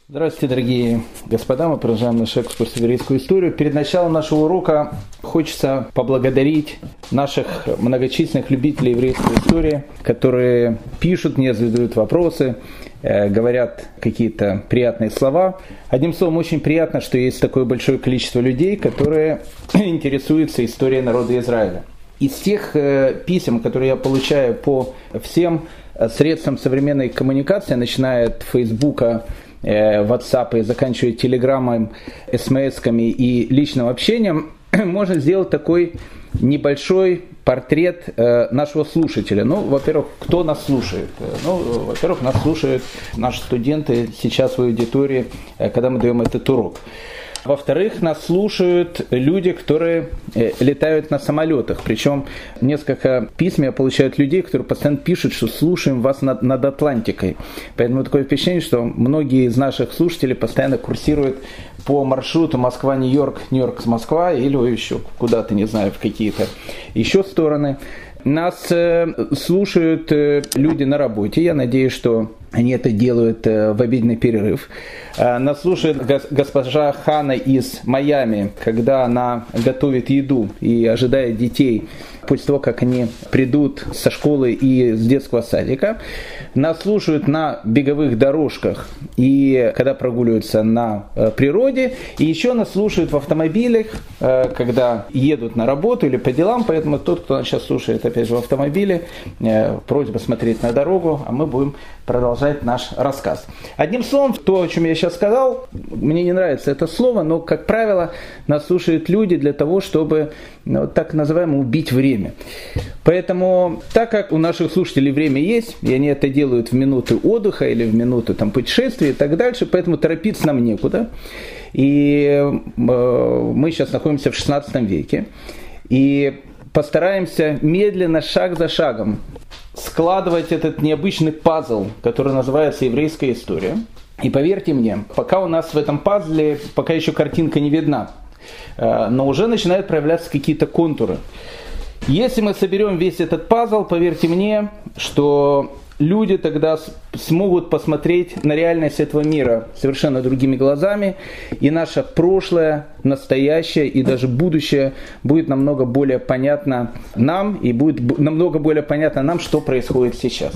Здравствуйте, дорогие господа, мы продолжаем наш экскурс в еврейскую историю. Перед началом нашего урока хочется поблагодарить наших многочисленных любителей еврейской истории, которые пишут мне, задают вопросы, говорят какие-то приятные слова. Одним словом, очень приятно, что есть такое большое количество людей, которые интересуются историей народа Израиля. Из тех писем, которые я получаю по всем средствам современной коммуникации, начиная от Фейсбука, WhatsApp и заканчивая телеграммой, смс-ками и личным общением, можно сделать такой небольшой портрет нашего слушателя. Во-первых, кто нас слушает? Во-первых, нас слушают наши студенты сейчас в аудитории, когда мы даем этот урок. Во-вторых, нас слушают люди, которые летают на самолетах. Причем несколько писем я получаю от людей, которые постоянно пишут, что слушаем вас над Атлантикой. Поэтому такое впечатление, что многие из наших слушателей постоянно курсируют по маршруту Москва-Нью-Йорк, Нью-Йорк-Москва или еще куда-то, не знаю, в какие-то еще стороны. Нас слушают люди на работе. Я надеюсь, что они это делают в обеденный перерыв. Нас слушает госпожа Хана из Майами, когда она готовит еду и ожидает детей после того, как они придут со школы и с детского садика. Нас слушают на беговых дорожках и когда прогуливаются на природе. И еще нас слушают в автомобилях, когда едут на работу или по делам. Поэтому тот, кто нас сейчас слушает опять же в автомобиле, просьба смотреть на дорогу, а мы будем продолжать наш рассказ. Одним словом, то, о чем я сейчас сказал, мне не нравится это слово, но, как правило, нас слушают люди для того, чтобы, так называемо, убить время. Поэтому, так как у наших слушателей время есть, и они это делают в минуты отдыха или в минуты путешествия и так дальше, поэтому торопиться нам некуда. И мы сейчас находимся в 16 веке. И постараемся медленно, шаг за шагом, складывать этот необычный пазл, который называется еврейская история. И поверьте мне, пока у нас в этом пазле, пока еще картинка не видна, но уже начинают проявляться какие-то контуры. Если мы соберем весь этот пазл, поверьте мне, что люди тогда смогут посмотреть на реальность этого мира совершенно другими глазами, и наше прошлое, настоящее и даже будущее будет намного более понятно нам, и будет намного более понятно нам, что происходит сейчас.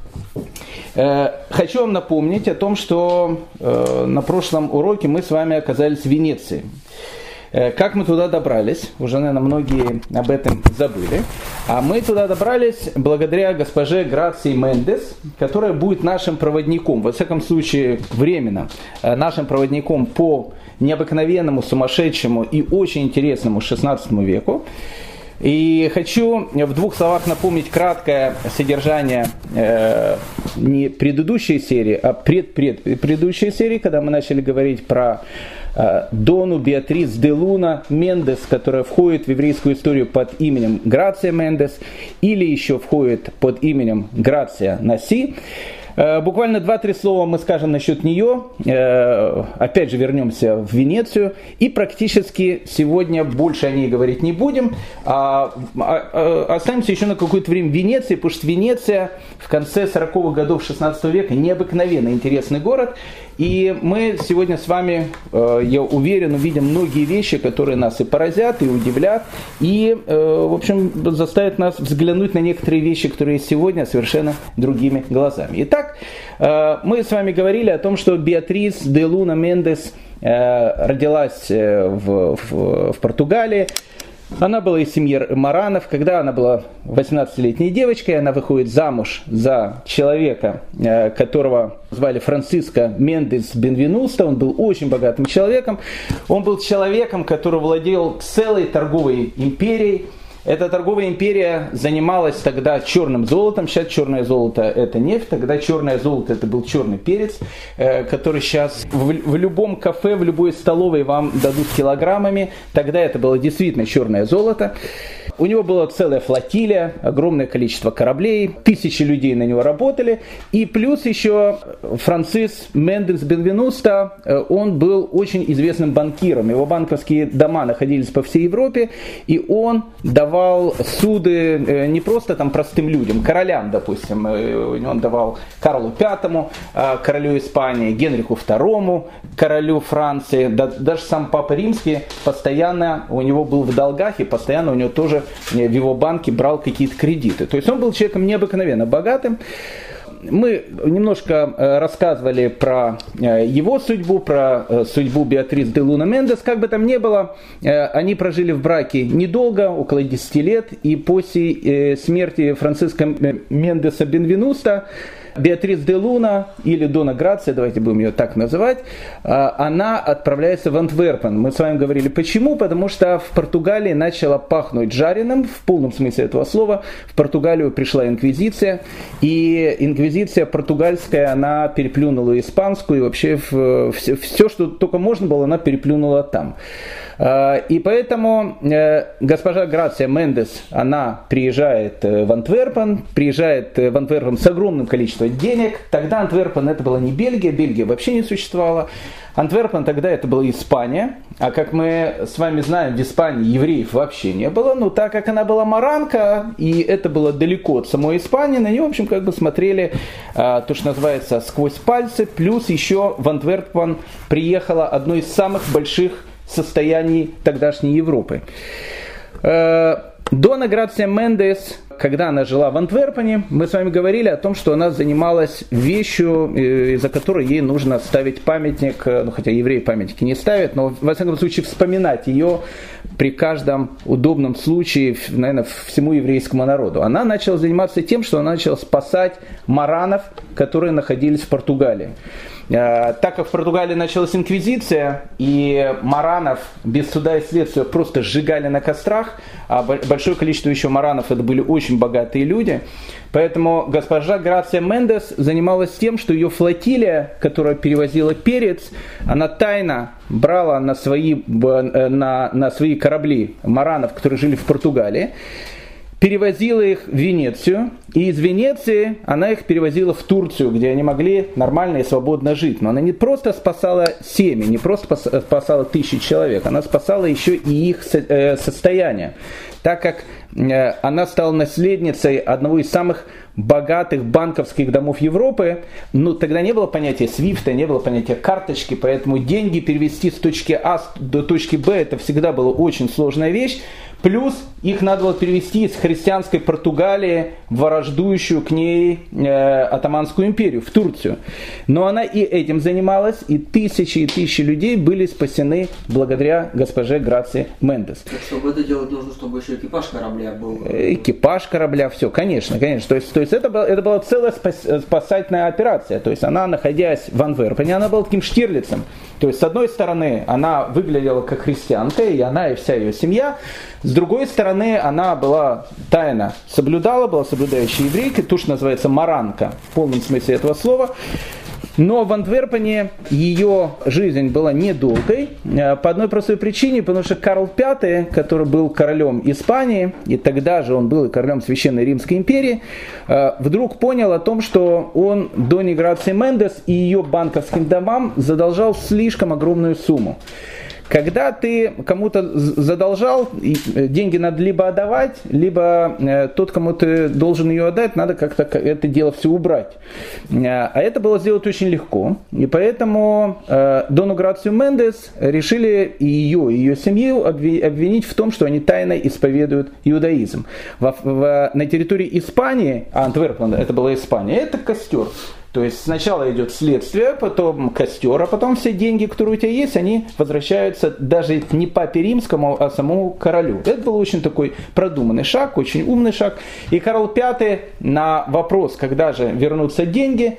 Хочу вам напомнить о том, что на прошлом уроке мы с вами оказались в Венеции. Как мы туда добрались? Уже, наверное, многие об этом забыли. А мы туда добрались благодаря госпоже Грации Мендес, которая будет нашим проводником, во всяком случае временно, нашим проводником по необыкновенному, сумасшедшему и очень интересному XVI веку. И хочу в двух словах напомнить краткое содержание не предыдущей серии, а предыдущей серии, когда мы начали говорить про Дону Беатрис де Луна Мендес, которая входит в еврейскую историю под именем Грация Мендес, или еще входит под именем Грация Наси. Буквально 2-3 слова мы скажем насчет нее, опять же вернемся в Венецию, и практически сегодня больше о ней говорить не будем, останемся еще на какое-то время в Венеции, потому что Венеция в конце 40-х годов 16 века необыкновенно интересный город, и мы сегодня с вами, я уверен, увидим многие вещи, которые нас и поразят, и удивлят, и, в общем, заставят нас взглянуть на некоторые вещи, которые есть сегодня, совершенно другими глазами. Итак, мы с вами говорили о том, что Беатрис де Луна Мендес родилась в Португалии. Она была из семьи Маранов. Когда она была 18-летней девочкой, она выходит замуж за человека, которого звали Франциско Мендес Бенвенуста. Он был очень богатым человеком. Он был человеком, который владел целой торговой империей. Эта торговая империя занималась тогда черным золотом. Сейчас черное золото – это нефть. Тогда черное золото – это был черный перец, который сейчас в любом кафе, в любой столовой вам дадут килограммами. Тогда это было действительно черное золото. У него была целая флотилия, огромное количество кораблей, тысячи людей на него работали. И плюс еще Францис Мендес Бенвенуста, он был очень известным банкиром. Его банковские дома находились по всей Европе, и он давал давал суды не просто там простым людям, королям, допустим. Он давал Карлу V, королю Испании, Генриху II, королю Франции. Даже сам Папа Римский постоянно у него был в долгах и постоянно у него тоже в его банке брал какие-то кредиты. То есть он был человеком необыкновенно богатым. Мы немножко рассказывали про его судьбу, про судьбу Беатрис де Луна Мендес. Как бы там ни было, они прожили в браке недолго, около 10 лет. И после смерти Франциско Мендеса Бенвенуста Беатрис де Луна, или Дона Грация, давайте будем ее так называть, она отправляется в Антверпен. Мы с вами говорили почему, потому что в Португалии начало пахнуть жареным, в полном смысле этого слова. В Португалию пришла инквизиция, и инквизиция португальская, она переплюнула испанскую, и вообще все, что только можно было, она переплюнула там. И поэтому госпожа Грация Мендес, она приезжает в Антверпен с огромным количеством денег. Тогда Антверпен это была не Бельгия, Бельгия вообще не существовала. Антверпен тогда это была Испания, а как мы с вами знаем, в Испании евреев вообще не было. Но так как она была маранка, и это было далеко от самой Испании, на нее, в общем, как бы смотрели то, что называется, сквозь пальцы. Плюс еще в Антверпен приехало одно из самых больших состояний тогдашней Европы. Дона Грация Мендес, когда она жила в Антверпене, мы с вами говорили о том, что она занималась вещью, из-за которой ей нужно ставить памятник, хотя евреи памятники не ставят, но, во всяком случае, вспоминать ее при каждом удобном случае, наверное, всему еврейскому народу. Она начала заниматься тем, что она начала спасать маранов, которые находились в Португалии. Так как в Португалии началась инквизиция, и маранов без суда и следствия просто сжигали на кострах, а большое количество еще маранов это были очень богатые люди, поэтому госпожа Грация Мендес занималась тем, что ее флотилия, которая перевозила перец, она тайно брала на свои корабли маранов, которые жили в Португалии, перевозила их в Венецию, и из Венеции она их перевозила в Турцию, где они могли нормально и свободно жить. Но она не просто спасала семьи, не просто спасала тысячи человек, она спасала еще и их состояние. Так как она стала наследницей одного из самых богатых банковских домов Европы, тогда не было понятия свифта, не было понятия карточки, поэтому деньги перевести с точки А до точки Б это всегда была очень сложная вещь. Плюс их надо было перевести из христианской Португалии в враждующую к ней Отtomанскую империю, в Турцию. Но она и этим занималась, и тысячи людей были спасены благодаря госпоже Грации Мендес. Так, чтобы это делать, нужно, чтобы еще экипаж корабля был. Экипаж корабля, все, конечно. То есть это была целая спасательная операция. То есть она, находясь в Антверпене, она была таким Штирлицем. То есть, с одной стороны, она выглядела как христианка, и она, и вся ее семья. С другой стороны, она была тайно была соблюдающей еврейкой, то, что называется маранка, в полном смысле этого слова. Но в Антверпене ее жизнь была недолгой, по одной простой причине, потому что Карл V, который был королем Испании, и тогда же он был и королем Священной Римской империи, вдруг понял о том, что он Доне Грации Мендес и ее банковским домам задолжал слишком огромную сумму. Когда ты кому-то задолжал, деньги надо либо отдавать, либо тот, кому ты должен ее отдать, надо как-то это дело все убрать. А это было сделать очень легко. И поэтому Дону Грацию Мендес решили и ее семью обвинить в том, что они тайно исповедуют иудаизм. На территории Испании, а Антверпен это была Испания, это костер. То есть сначала идет следствие, потом костер, а потом все деньги, которые у тебя есть, они возвращаются даже не папе римскому, а самому королю. Это был очень такой продуманный шаг, очень умный шаг. И Карл V на вопрос, когда же вернутся деньги,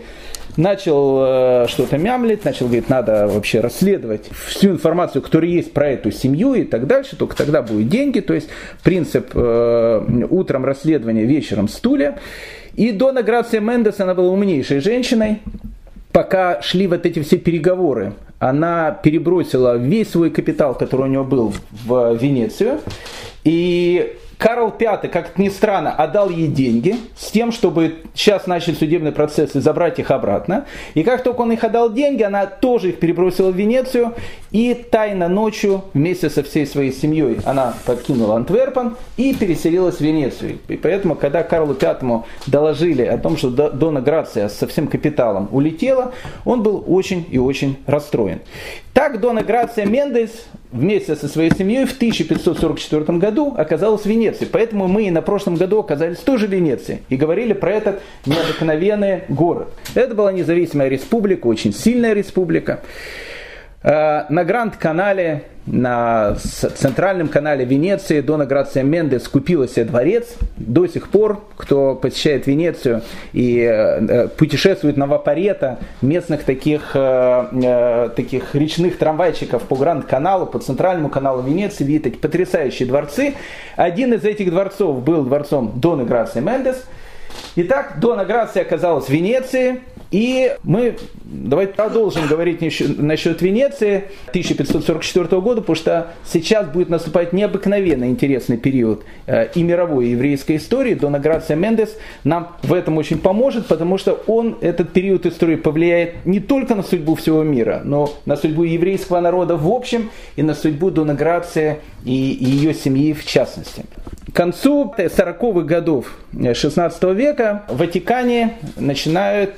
начал что-то мямлить, начал говорить, надо вообще расследовать всю информацию, которая есть про эту семью и так дальше, только тогда будут деньги. То есть принцип утром расследования, вечером стулья. И Дона Грация Мендес, она была умнейшей женщиной. Пока шли вот эти все переговоры, она перебросила весь свой капитал, который у нее был, в Венецию. И Карл V, как ни странно, отдал ей деньги с тем, чтобы сейчас начать судебный процесс и забрать их обратно. И как только он их отдал деньги, она тоже их перебросила в Венецию. И тайно ночью вместе со всей своей семьей она покинула Антверпен и переселилась в Венецию. И поэтому, когда Карлу V доложили о том, что Дона Грация со всем капиталом улетела, он был очень и очень расстроен. Так Дона Грация Мендес вместе со своей семьей в 1544 году оказалась в Венеции. Поэтому мы и на прошлом году оказались тоже в Венеции и говорили про этот необыкновенный город. Это была независимая республика, очень сильная республика. На Гранд-канале, на центральном канале Венеции Дона Грация Мендес купила себе дворец. До сих пор, кто посещает Венецию и путешествует на Вапорето, местных таких речных трамвайчиков по Гранд-каналу, по центральному каналу Венеции, видят эти потрясающие дворцы. Один из этих дворцов был дворцом Доны Грация Мендес. Итак, Дона Грация оказалась в Венеции. И мы давайте продолжим говорить насчет Венеции 1544 года, потому что сейчас будет наступать необыкновенно интересный период и мировой и еврейской истории. Дона Грация Мендес нам в этом очень поможет, потому что он, этот период истории, повлияет не только на судьбу всего мира, но на судьбу еврейского народа в общем и на судьбу Доны Грации и ее семьи в частности. К концу 40-х годов XVI века в Ватикане начинают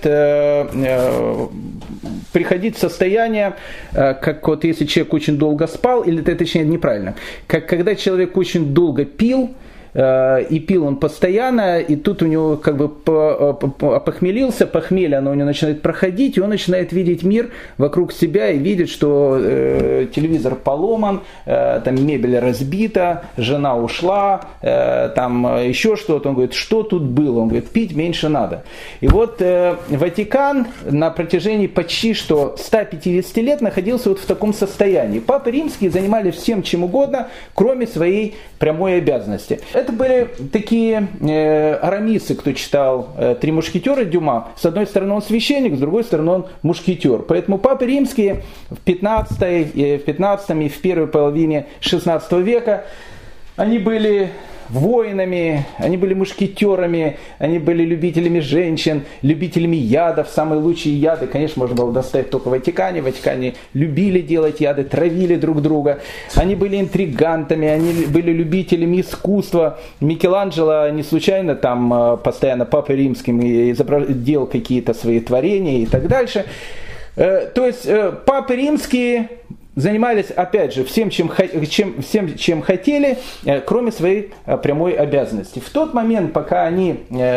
приходить в состояние, как вот если человек очень долго спал, или точнее неправильно, как когда человек очень долго пил, и пил он постоянно, и тут у него как бы опохмелился, похмелье оно у него начинает проходить, и он начинает видеть мир вокруг себя и видит, что телевизор поломан, там мебель разбита, жена ушла, там еще что-то. Он говорит, что тут было? Он говорит, пить меньше надо. И вот Ватикан на протяжении почти что 150 лет находился вот в таком состоянии. Папы римские занимались всем чем угодно, кроме своей прямой обязанности. Это были такие арамисы, кто читал «Три мушкетера» Дюма. С одной стороны он священник, с другой стороны он мушкетер. Поэтому папы римские в 15 и в первой половине 16 века, они были воинами, они были мушкетерами, они были любителями женщин, любителями ядов. Самые лучшие яды, конечно, можно было достать только в Ватикане. В Ватикане любили делать яды, травили друг друга. Они были интригантами, они были любителями искусства. Микеланджело не случайно там постоянно папой римским делал какие-то свои творения и так дальше. То есть папы римские занимались, опять же, всем, чем хотели, кроме своей прямой обязанности. В тот момент, пока они,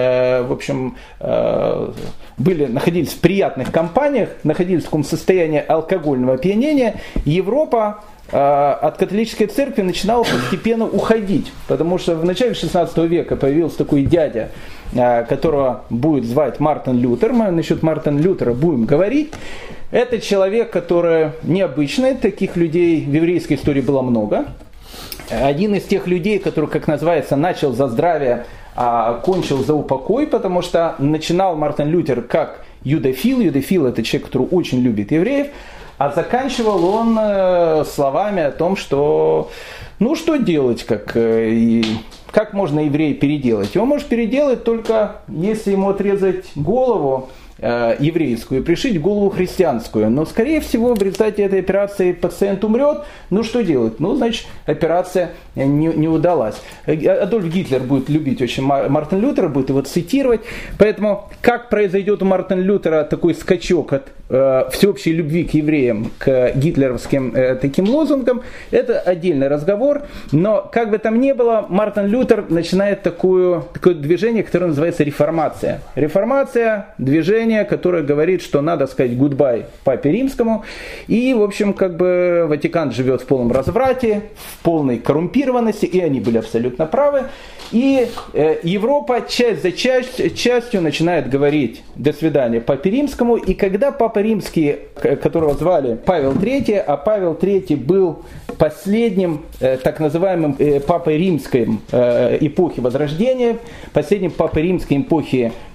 находились в приятных компаниях, находились в таком состоянии алкогольного опьянения, Европа от католической церкви начинала постепенно уходить, потому что в начале 16 века появился такой дядя, которого будет звать Мартин Лютер. Мы насчет Мартина Лютера будем говорить. Это человек, который необычный, таких людей в еврейской истории было много. Один из тех людей, который, как называется, начал за здравие, а кончил за упокой, потому что начинал Мартин Лютер как юдофил. Юдофил – это человек, который очень любит евреев. А заканчивал он словами о том, что что делать, как можно еврея переделать? Его может переделать только если ему отрезать голову еврейскую и пришить голову христианскую. Но, скорее всего, в результате этой операции пациент умрет. Что делать? Значит, операция не удалась. Адольф Гитлер будет любить очень Мартина Лютера, будет его цитировать. Поэтому, как произойдет у Мартина Лютера такой скачок от всеобщей любви к евреям, к гитлеровским таким лозунгам, это отдельный разговор. Но, как бы там ни было, Мартин Лютер начинает такое движение, которое называется реформация. Реформация – движение, которое говорит, что надо сказать goodbye папе римскому. И, в общем, Ватикан живет в полном разврате, в полной коррумпированности, и они были абсолютно правы. И Европа часть за частью начинает говорить «до свидания папе римскому». И когда папа римский, которого звали Павел III, а Павел III был последним так называемым папой римской эпохи Возрождения, последним папой римской эпохи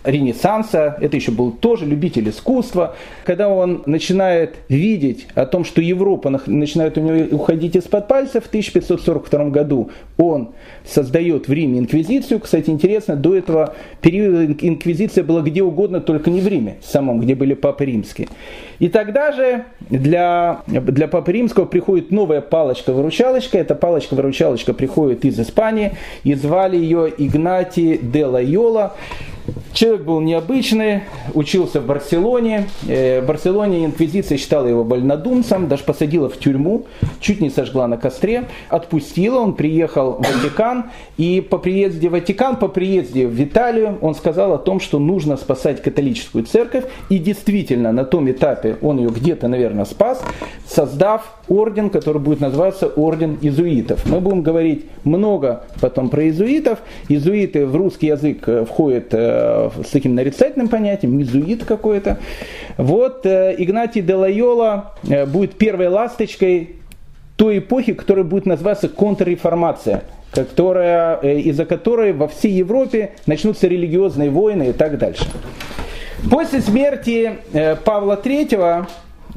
Ренессанса, это еще был тоже любитель искусства, когда он начинает видеть о том, что Европа начинает у него уходить из-под пальцев, в 1542 году он создает в Риме инквизицию. Кстати, интересно, до этого периода инквизиция была где угодно, только не в Риме самом, где были папы римские. И тогда же для папы римского приходит новая палочка-выручалочка. Эта палочка-выручалочка приходит из Испании, и звали ее Игнатий де Лойола. Человек был необычный, учился в Барселоне. В Барселоне инквизиция считала его больнодумцем, даже посадила в тюрьму, чуть не сожгла на костре, отпустила, он приехал в Ватикан, и по приезде в Ватикан, по приезде в Италию, он сказал о том, что нужно спасать католическую церковь, и действительно на том этапе он ее где-то, наверное, спас, создав орден, который будет называться Орден Иезуитов. Мы будем говорить много потом про иезуитов. Иезуиты в русский язык входят с таким нарицательным понятием, иезуит какой-то. Вот Игнатий де Лойола будет первой ласточкой той эпохи, которая будет называться контрреформация, из-за которой во всей Европе начнутся религиозные войны и так дальше. После смерти Павла III в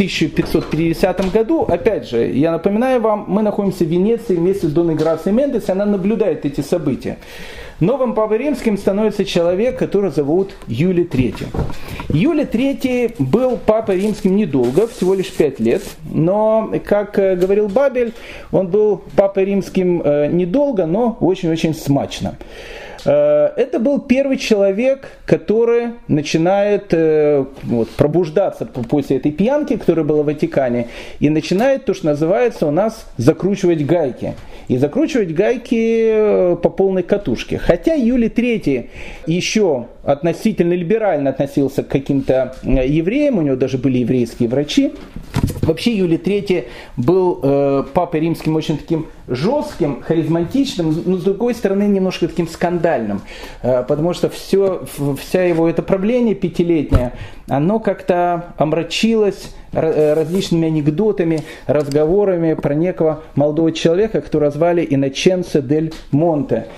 1550 году, опять же, я напоминаю вам, мы находимся в Венеции вместе с Доной Грацией Мендес, она наблюдает эти события. Новым папой римским становится человек, которого зовут Юлий III. Юлий III был папой римским недолго, всего лишь 5 лет, но, как говорил Бабель, он был папой римским недолго, но очень-очень смачно. Это был первый человек, который начинает пробуждаться после этой пьянки, которая была в Ватикане, и начинает то, что называется у нас закручивать гайки. И закручивать гайки по полной катушке. Хотя Юлий III еще относительно либерально относился к каким-то евреям, у него даже были еврейские врачи. Вообще Юлий III был папой римским очень таким жестким, харизматичным, но с другой стороны немножко таким скандальным, потому что вся его это правление пятилетнее, оно как-то омрачилось различными анекдотами, разговорами про некого молодого человека, которого звали Инноченцо дель Монте.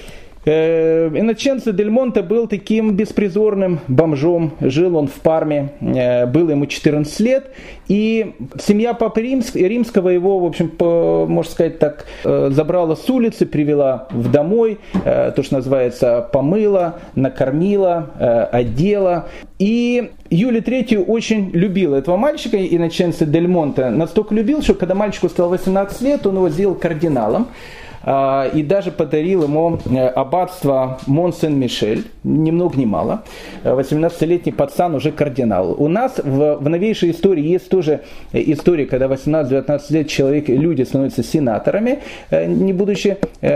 Инноченцо дель Монте был таким беспризорным бомжом, жил он в Парме, было ему 14 лет, и семья папы римского его, в общем, можно сказать так, забрала с улицы, привела в домой, то, что называется, помыла, накормила, одела. И Юлий III очень любил этого мальчика, Инноченцо дель Монте, настолько любил, что когда мальчику стало 18 лет, он его сделал кардиналом. И даже подарил ему аббатство Мон-Сен-Мишель, ни много ни мало. 18-летний пацан уже кардинал. У нас в новейшей истории есть тоже история, когда 18-19 лет люди становятся сенаторами, не будучи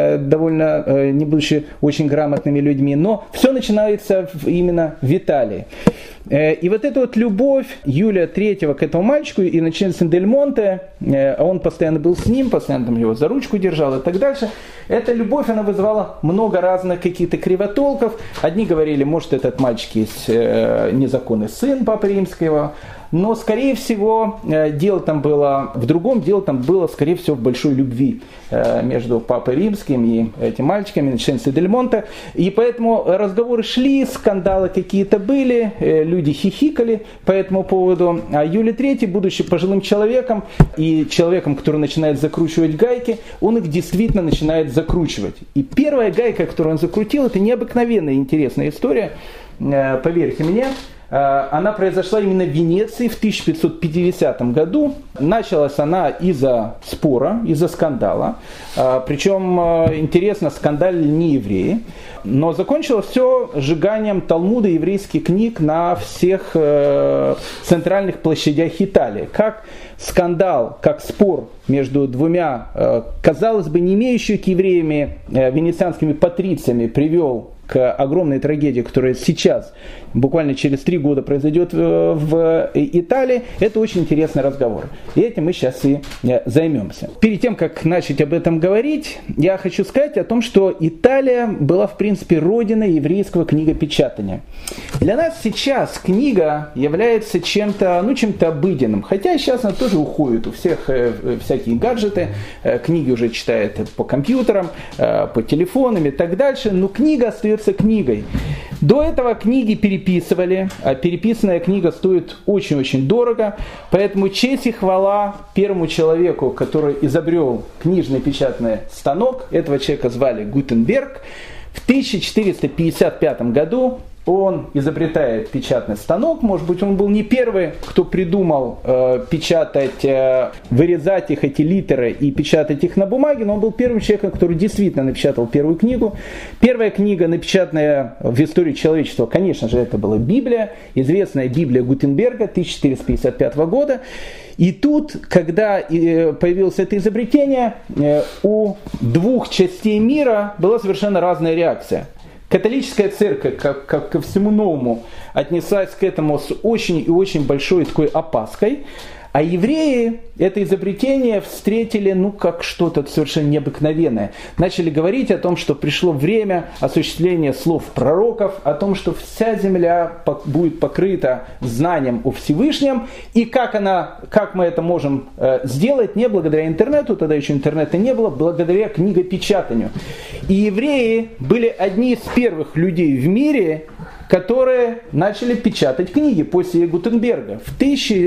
очень грамотными людьми, но все начинается именно в Италии. И вот эта вот любовь Юлия III к этому мальчику, и Инноченцо дель Монте, он постоянно был с ним, постоянно там его за ручку держал и так дальше. Эта любовь, она вызывала много разных каких-то кривотолков. Одни говорили, может, этот мальчик есть незаконный сын папы римского, но, скорее всего, дело там было в другом, дело там было, скорее всего, в большой любви между папой римским и этим мальчиком, Инноченцо дель Монте. И поэтому разговоры шли, скандалы какие-то были, люди хихикали по этому поводу. А Юлий III, будучи пожилым человеком и человеком, который начинает закручивать гайки, он их действительно начинает закручивать. И первая гайка, которую он закрутил, это необыкновенная интересная история, поверьте мне. Она произошла именно в Венеции в 1550 году. Началась она из-за спора, из-за скандала. Причем, интересно, скандалили не евреи. Но закончилось все сжиганием Талмуда, еврейских книг на всех центральных площадях Италии. Как скандал, как спор между двумя, казалось бы, не имеющими к евреями венецианскими патрициями привел к огромной трагедии, которая сейчас, буквально через 3 года, произойдет в Италии, это очень интересный разговор. И этим мы сейчас и займемся. Перед тем, как начать об этом говорить, я хочу сказать о том, что Италия была, в принципе, родиной еврейского книгопечатания. Для нас сейчас книга является чем-то обыденным, хотя сейчас она тоже уходит, у всех всякие гаджеты, книги уже читают по компьютерам, по телефонам и так дальше, но книга остается становится книгой. До этого книги переписывали, а переписанная книга стоит очень-очень дорого, поэтому честь и хвала первому человеку, который изобрел книжный печатный станок. Этого человека звали Гутенберг. В 1455 году он изобретает печатный станок. Может быть, он был не первый, кто придумал печатать, вырезать их, эти литеры, и печатать их на бумаге, но он был первым человеком, который действительно напечатал первую книгу. Первая книга, напечатанная в истории человечества, конечно же, это была Библия, известная Библия Гутенберга 1455 года. И тут, когда появилось это изобретение, у двух частей мира была совершенно разная реакция. Католическая церковь, как ко всему новому, отнеслась к этому с очень и очень большой такой опаской, а евреи это изобретение встретили, как что-то совершенно необыкновенное. Начали говорить о том, что пришло время осуществления слов пророков, о том, что вся земля будет покрыта знанием о Всевышнем, и как мы это можем сделать не благодаря интернету, тогда еще интернета не было, благодаря книгопечатанию. И евреи были одни из первых людей в мире, которые начали печатать книги после Гутенберга. В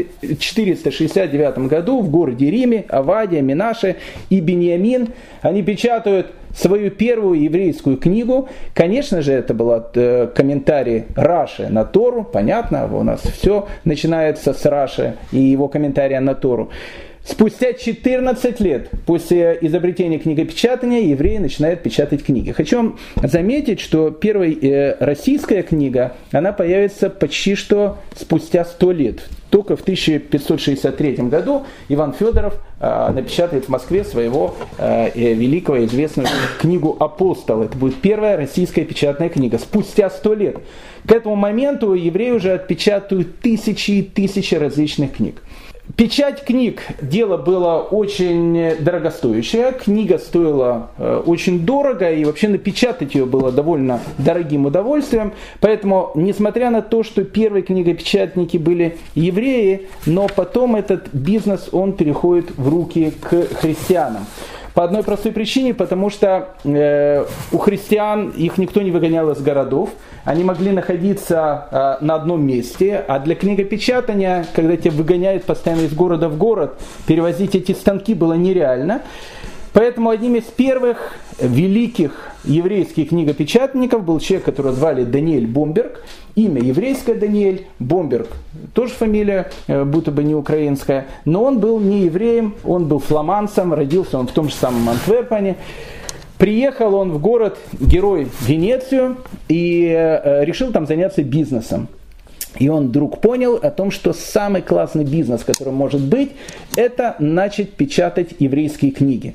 1469 году в городе Риме Авадия, Менаше и Беньямин они печатают свою первую еврейскую книгу. Конечно же, это был комментарий Раши на Тору. Понятно, у нас все начинается с Раши и его комментария на Тору. Спустя 14 лет после изобретения книгопечатания евреи начинают печатать книги. Хочу вам заметить, что первая российская книга, она появится почти что спустя 100 лет. Только в 1563 году Иван Федоров напечатает в Москве своего великого известную книгу «Апостол». Это будет первая российская печатная книга. Спустя 100 лет. К этому моменту евреи уже отпечатают тысячи и тысячи различных книг. Печать книг – дело было очень дорогостоящее, книга стоила очень дорого, и вообще напечатать ее было довольно дорогим удовольствием. Поэтому, несмотря на то, что первые книгопечатники были евреи, но потом этот бизнес, он переходит в руки к христианам. По одной простой причине, потому что у христиан их никто не выгонял из городов, они могли находиться на одном месте, а для книгопечатания, когда тебя выгоняют постоянно из города в город, перевозить эти станки было нереально. Поэтому одним из первых великих еврейских книгопечатников был человек, которого звали Даниэль Бомберг. Имя еврейское Даниэль, Бомберг тоже фамилия, будто бы не украинская. Но он был не евреем, он был фламандцем, родился он в том же самом Антверпене. Приехал он в город-герой Венецию и решил там заняться бизнесом. И он вдруг понял о том, что самый классный бизнес, который может быть, это начать печатать еврейские книги.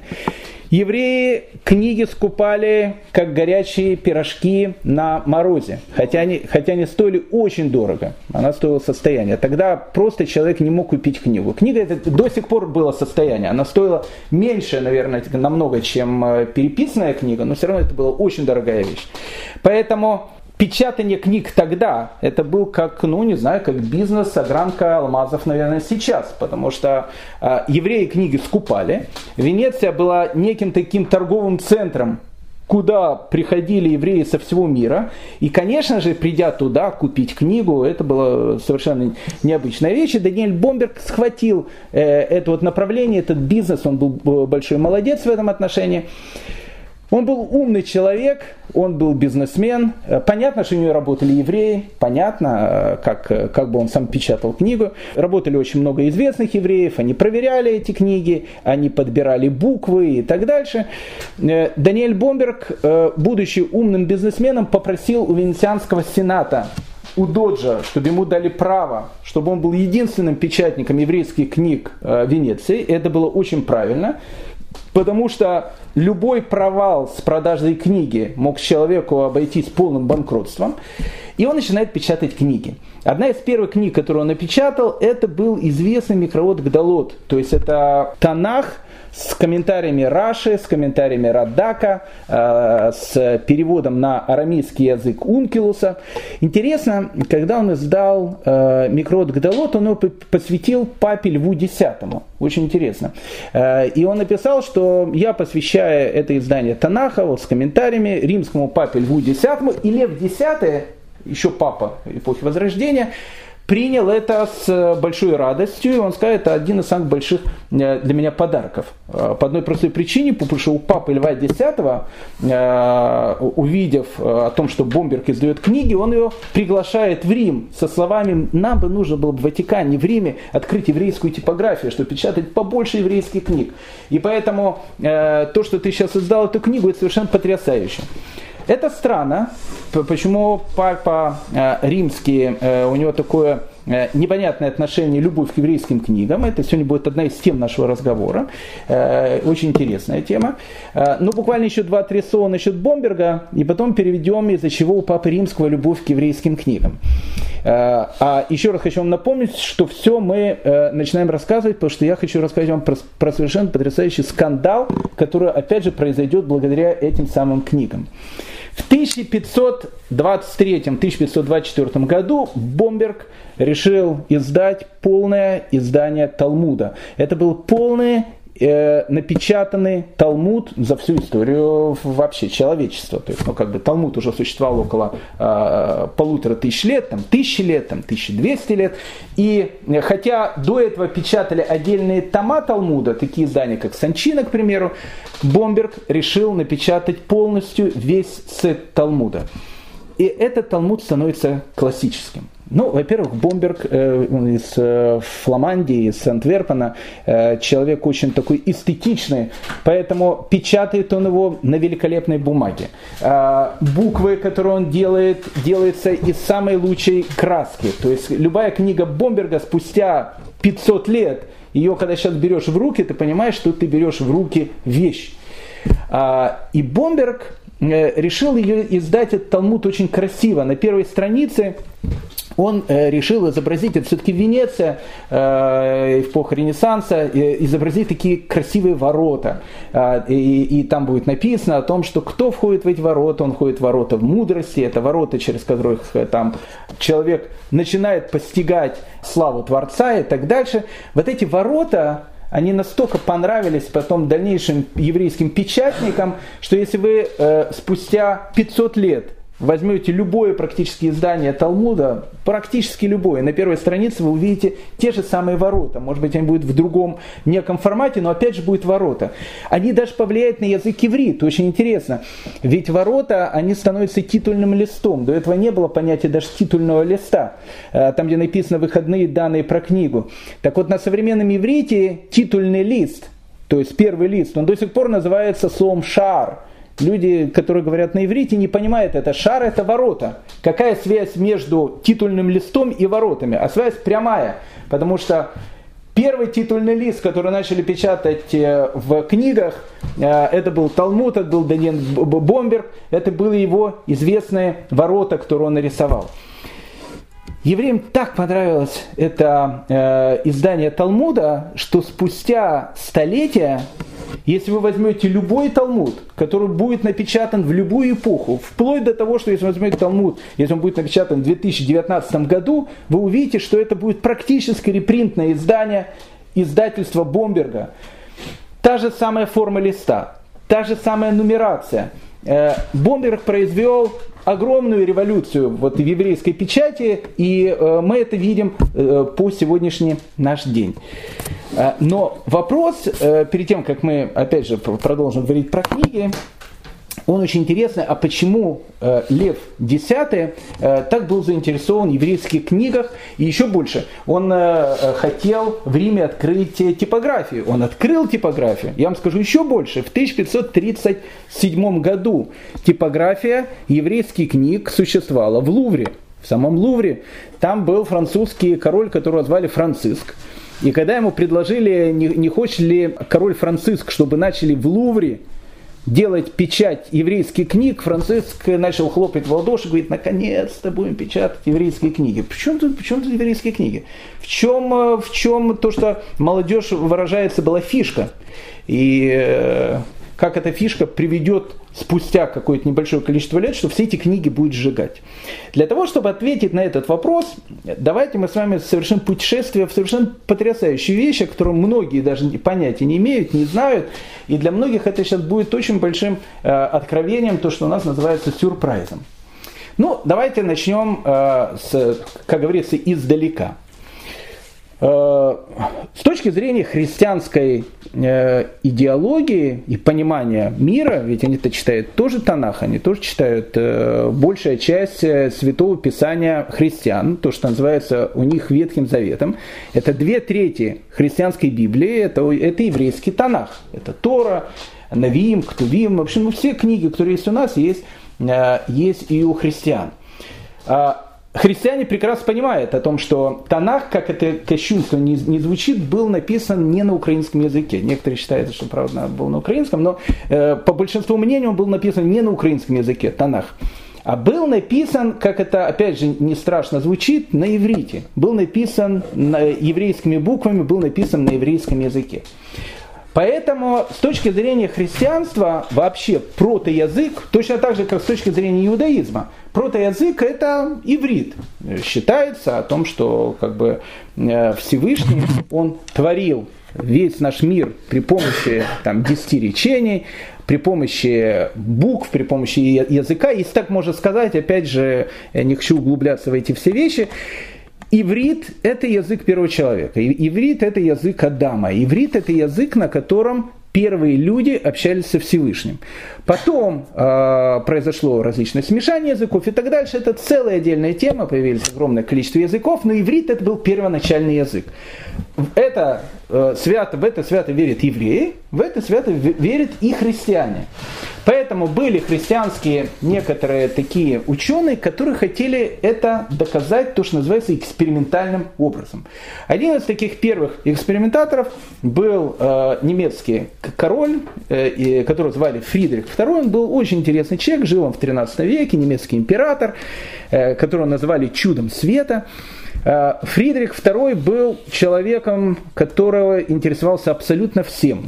Евреи книги скупали как горячие пирожки на морозе, хотя они стоили очень дорого, она стоила состояние. Тогда просто человек не мог купить книгу. Книга это до сих пор было состояние, она стоила меньше, наверное, намного, чем переписанная книга, но все равно это была очень дорогая вещь. Поэтому печатание книг тогда, это был как бизнес, огранка алмазов, наверное, сейчас, потому что евреи книги скупали. Венеция была неким таким торговым центром, куда приходили евреи со всего мира. И, конечно же, придя туда купить книгу, это была совершенно необычная вещь. И Даниэль Бомберг схватил это направление, этот бизнес, он был большой молодец в этом отношении. Он был умный человек, он был бизнесмен. Понятно, что у него работали евреи, понятно, как бы он сам печатал книгу. Работали очень много известных евреев, они проверяли эти книги, они подбирали буквы и так дальше. Даниэль Бомберг, будучи умным бизнесменом, попросил у Венецианского сената, у Доджа, чтобы ему дали право, чтобы он был единственным печатником еврейских книг в Венеции. Это было очень правильно. Потому что любой провал с продажей книги мог человеку обойтись полным банкротством. И он начинает печатать книги. Одна из первых книг, которую он напечатал, это был известный Микроот Гдалот. То есть это Танах с комментариями Раши, с комментариями Радака, с переводом на арамейский язык Ункилуса. Интересно, когда он издал Микроот Гдалот, он его посвятил папе Льву X. Очень интересно. И он написал, что что я посвящаю это издание Танаха вот, с комментариями римскому папе Льву X, и Лев X, еще папа эпохи Возрождения, принял это с большой радостью, и он сказал, это один из самых больших для меня подарков. По одной простой причине, потому что у папы Льва X, увидев о том, что Бомберг издает книги, он его приглашает в Рим со словами, нам бы нужно было бы в Ватикане, в Риме открыть еврейскую типографию, чтобы печатать побольше еврейских книг. И поэтому то, что ты сейчас издал эту книгу, это совершенно потрясающе. Это странно, почему папа римский, у него такое непонятное отношение, любовь к еврейским книгам. Это сегодня будет одна из тем нашего разговора. Очень интересная тема. Ну, буквально еще 2-3 слова насчет Бомберга, и потом переведем, из-за чего у папы римского любовь к еврейским книгам. А еще раз хочу вам напомнить, что все мы начинаем рассказывать, потому что я хочу рассказать вам про совершенно потрясающий скандал, который, опять же, произойдет благодаря этим самым книгам. В 1523-1524 году Бомберг решил издать полное издание Талмуда. Это был полный напечатанный Талмуд за всю историю вообще человечества. То есть, Талмуд уже существовал около 1500 лет, 1000 лет, 1200 лет. И хотя до этого печатали отдельные тома Талмуда, такие издания, как Санчина, к примеру, Бомберг решил напечатать полностью весь сет Талмуда. И этот Талмуд становится классическим. Ну, во-первых, Бомберг из Фламандии, из Антверпена, человек очень такой эстетичный, поэтому печатает он его на великолепной бумаге. Буквы, которые он делает, делаются из самой лучшей краски. То есть любая книга Бомберга спустя 500 лет, ее когда сейчас берешь в руки, ты понимаешь, что ты берешь в руки вещь. И Бомберг решил ее издать, этот Талмуд, очень красиво. На первой странице он решил изобразить, это все-таки Венеция, эпоха Ренессанса, изобразить такие красивые ворота. И там будет написано о том, что кто входит в эти ворота, он входит в ворота в мудрости, это ворота, через которых там человек начинает постигать славу Творца и так дальше. Вот эти ворота, они настолько понравились потом дальнейшим еврейским печатникам, что если вы спустя 500 лет возьмете любое практически издание Талмуда, практически любое, на первой странице вы увидите те же самые ворота. Может быть, они будут в другом неком формате, но опять же будут ворота. Они даже повлияют на язык иврит, очень интересно. Ведь ворота, они становятся титульным листом. До этого не было понятия даже титульного листа, там, где написано выходные данные про книгу. Так вот, на современном иврите титульный лист, то есть первый лист, он до сих пор называется словом «шаар». Люди, которые говорят на иврите, не понимают это. Шар – это ворота. Какая связь между титульным листом и воротами? А связь прямая. Потому что первый титульный лист, который начали печатать в книгах, это был Талмуд, это был Даниэль Бомберг, это были его известные ворота, которые он нарисовал. Евреям так понравилось это издание Талмуда, что спустя столетия, если вы возьмете любой Талмуд, который будет напечатан в любую эпоху, вплоть до того, что если вы возьмете Талмуд, если он будет напечатан в 2019 году, вы увидите, что это будет практически репринтное издание издательства Бомберга. Та же самая форма листа, та же самая нумерация. Бомберг произвел огромную революцию вот в еврейской печати, и мы это видим по сегодняшний наш день. Но вопрос, перед тем, как мы, опять же, продолжим говорить про книги, он очень интересный, а почему Лев X так был заинтересован в еврейских книгах, и еще больше, он хотел в Риме открыть типографию. Он открыл типографию, я вам скажу еще больше, в 1537 году типография еврейских книг существовала в Лувре, в самом Лувре. Там был французский король, которого звали Франциск. И когда ему предложили, не хочет ли король Франциск, чтобы начали в Лувре делать печать еврейских книг, Франциск начал хлопать в ладоши, говорит, наконец-то будем печатать еврейские книги. Почему тут еврейские книги? В чем то, что молодежь выражается, была фишка? И как эта фишка приведет спустя какое-то небольшое количество лет, что все эти книги будет сжигать. Для того, чтобы ответить на этот вопрос, давайте мы с вами совершим путешествие в совершенно потрясающие вещи, о которых многие даже понятия не имеют, не знают. И для многих это сейчас будет очень большим откровением, то, что у нас называется сюрпризом. Ну, давайте начнем, как говорится, издалека. С точки зрения христианской идеологии и понимания мира, ведь они-то читают тоже Танах, они тоже читают большая часть Святого Писания христиан, то, что называется у них Ветхим Заветом. Это 2/3 христианской Библии, это еврейский Танах. Это Тора, Навиим, Ктувим, в общем, все книги, которые есть у нас, есть и у христиан. Христиане прекрасно понимают о том, что Танах, как это кощунство не звучит, был написан не на украинском языке. Некоторые считают, что, правда, был на украинском, но по большинству мнений он был написан не на украинском языке, Танах. А был написан, как это, опять же, не страшно звучит, на иврите. Был написан еврейскими буквами, был написан на еврейском языке. Поэтому с точки зрения христианства вообще протоязык, точно так же, как с точки зрения иудаизма, протоязык это иврит. Считается о том, что как бы, Всевышний, он творил весь наш мир при помощи 10 речений, при помощи букв, при помощи языка. Если так можно сказать, опять же, я не хочу углубляться в эти все вещи. Иврит – это язык первого человека. Иврит – это язык Адама. Иврит – это язык, на котором первые люди общались со Всевышним. Потом произошло различное смешание языков и так дальше. Это целая отдельная тема, появилось огромное количество языков, но иврит это был первоначальный язык. В это свято верят евреи, в это свято верят и христиане. Поэтому были христианские некоторые такие ученые, которые хотели это доказать, то, что называется экспериментальным образом. Один из таких первых экспериментаторов был немецкий король, которого звали Фридрих II. Он был очень интересный человек, жил он в 13 веке, немецкий император, которого называли чудом света. Фридрих II был человеком, которого интересовался абсолютно всем.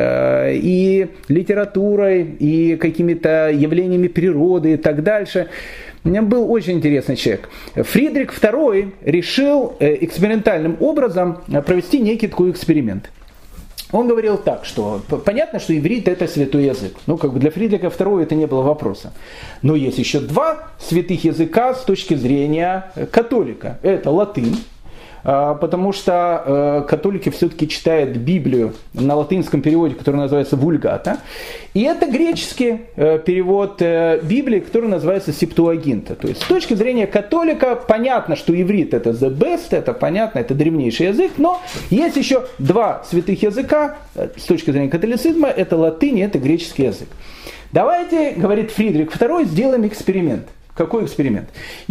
И литературой, и какими-то явлениями природы и так дальше. У меня был очень интересный человек. Фридрих II решил экспериментальным образом провести некий такой эксперимент. Он говорил так, что понятно, что иврит это святой язык. Для Фридриха II это не было вопроса. Но есть еще два святых языка с точки зрения католика. Это латынь. Потому что католики все-таки читают Библию на латинском переводе, который называется вульгата. И это греческий перевод Библии, который называется септуагинта. То есть с точки зрения католика понятно, что иврит это the best, это понятно, это древнейший язык, но есть еще два святых языка с точки зрения католицизма, это латынь и это греческий язык. Давайте, говорит Фридрих II, сделаем эксперимент. Какой эксперимент?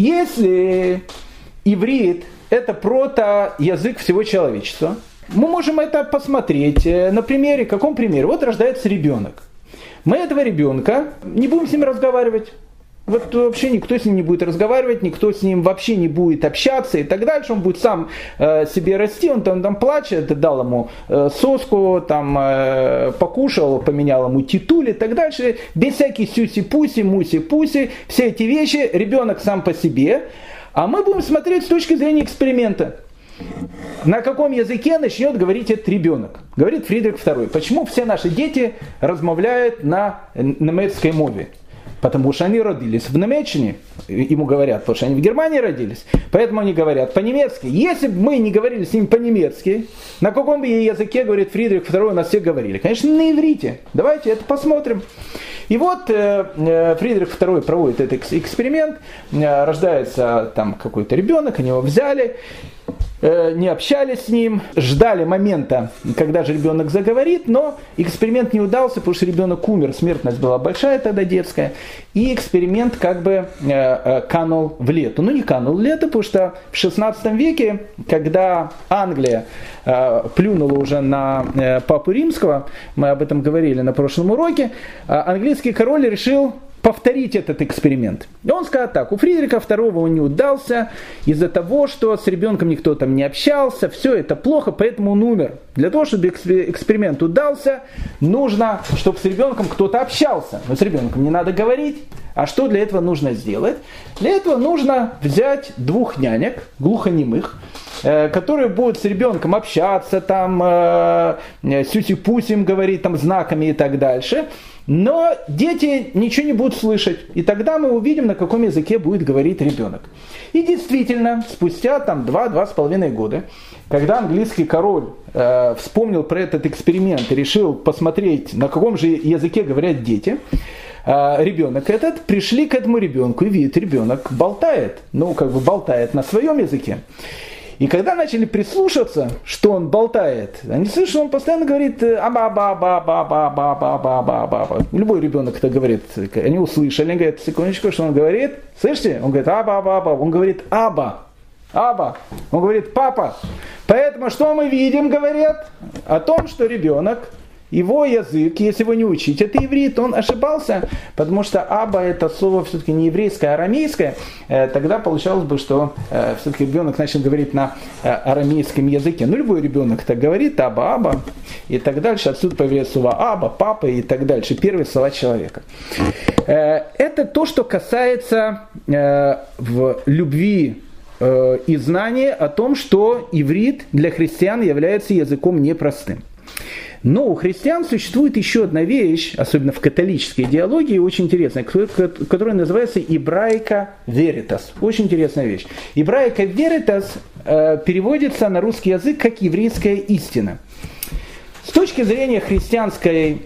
Если иврит это протоязык всего человечества. Мы можем это посмотреть на примере. Каком примере? Вот рождается ребенок. Мы этого ребенка не будем с ним разговаривать. Вот вообще никто с ним не будет разговаривать, никто с ним вообще не будет общаться и так дальше. Он будет сам себе расти, он там плачет, дал ему соску, покушал, поменял ему титуль и так дальше. Без всяких сюси-пуси, муси-пуси. Все эти вещи, ребенок сам по себе. А мы будем смотреть с точки зрения эксперимента. На каком языке начнет говорить этот ребенок? Говорит Фридрих II. Почему все наши дети размовляют на немецкой мове? Потому что они родились в Немеччине, ему говорят, потому что они в Германии родились, поэтому они говорят по-немецки. Если бы мы не говорили с ним по-немецки, на каком бы языке, говорит Фридрих II, у нас все говорили? Конечно, на иврите. Давайте это посмотрим. И вот Фридрих II проводит этот эксперимент, рождается там какой-то ребенок, они его взяли, не общались с ним, ждали момента, когда же ребенок заговорит, но эксперимент не удался, потому что ребенок умер, смертность была большая тогда детская, и эксперимент как бы канул в лету. Не канул в лету, потому что в 16 веке, когда Англия плюнула уже на Папу Римского, мы об этом говорили на прошлом уроке, английский король решил повторить этот эксперимент. И он сказал так, у Фридриха II он не удался из-за того, что с ребенком никто там не общался, все это плохо, поэтому он умер. Для того, чтобы эксперимент удался, нужно, чтобы с ребенком кто-то общался. Но с ребенком не надо говорить. А что для этого нужно сделать? Для этого нужно взять 2 нянек, глухонемых, которые будут с ребенком общаться, там, сюси-пусим говорить, там, знаками и так дальше. Но дети ничего не будут слышать. И тогда мы увидим, на каком языке будет говорить ребенок. И действительно, спустя там 2-2,5 года, когда английский король вспомнил про этот эксперимент и решил посмотреть, на каком же языке говорят дети, ребенок этот, пришли к этому ребенку и видят, ребенок болтает. Болтает на своем языке. И когда начали прислушаться, что он болтает, они слышат, что он постоянно говорит аба-ба-ба-ба-ба-ба-ба-ба-ба. Любой ребенок это говорит. Они услышали, они говорят, секундочку, что он говорит. Слышите? Он говорит аба-ба-ба. Он говорит аба. Аба. Он говорит папа. Поэтому что мы видим, говорят? О том, что ребенок, его язык, если его не учить, это иврит, он ошибался, потому что аба это слово все-таки не еврейское, а арамейское. Тогда получалось бы, что все-таки ребенок начал говорить на арамейском языке. Ну, любой ребенок так говорит, аба, и так дальше. Отсюда появляется слово аба, папа и так дальше. Первые слова человека. Это то, что касается в любви и знания о том, что иврит для христиан является языком непростым. Но у христиан существует еще одна вещь, особенно в католической идеологии, очень интересная, которая называется «Ибраика веритас». Очень интересная вещь. «Ибраика веритас» переводится на русский язык как «еврейская истина». С точки зрения христианской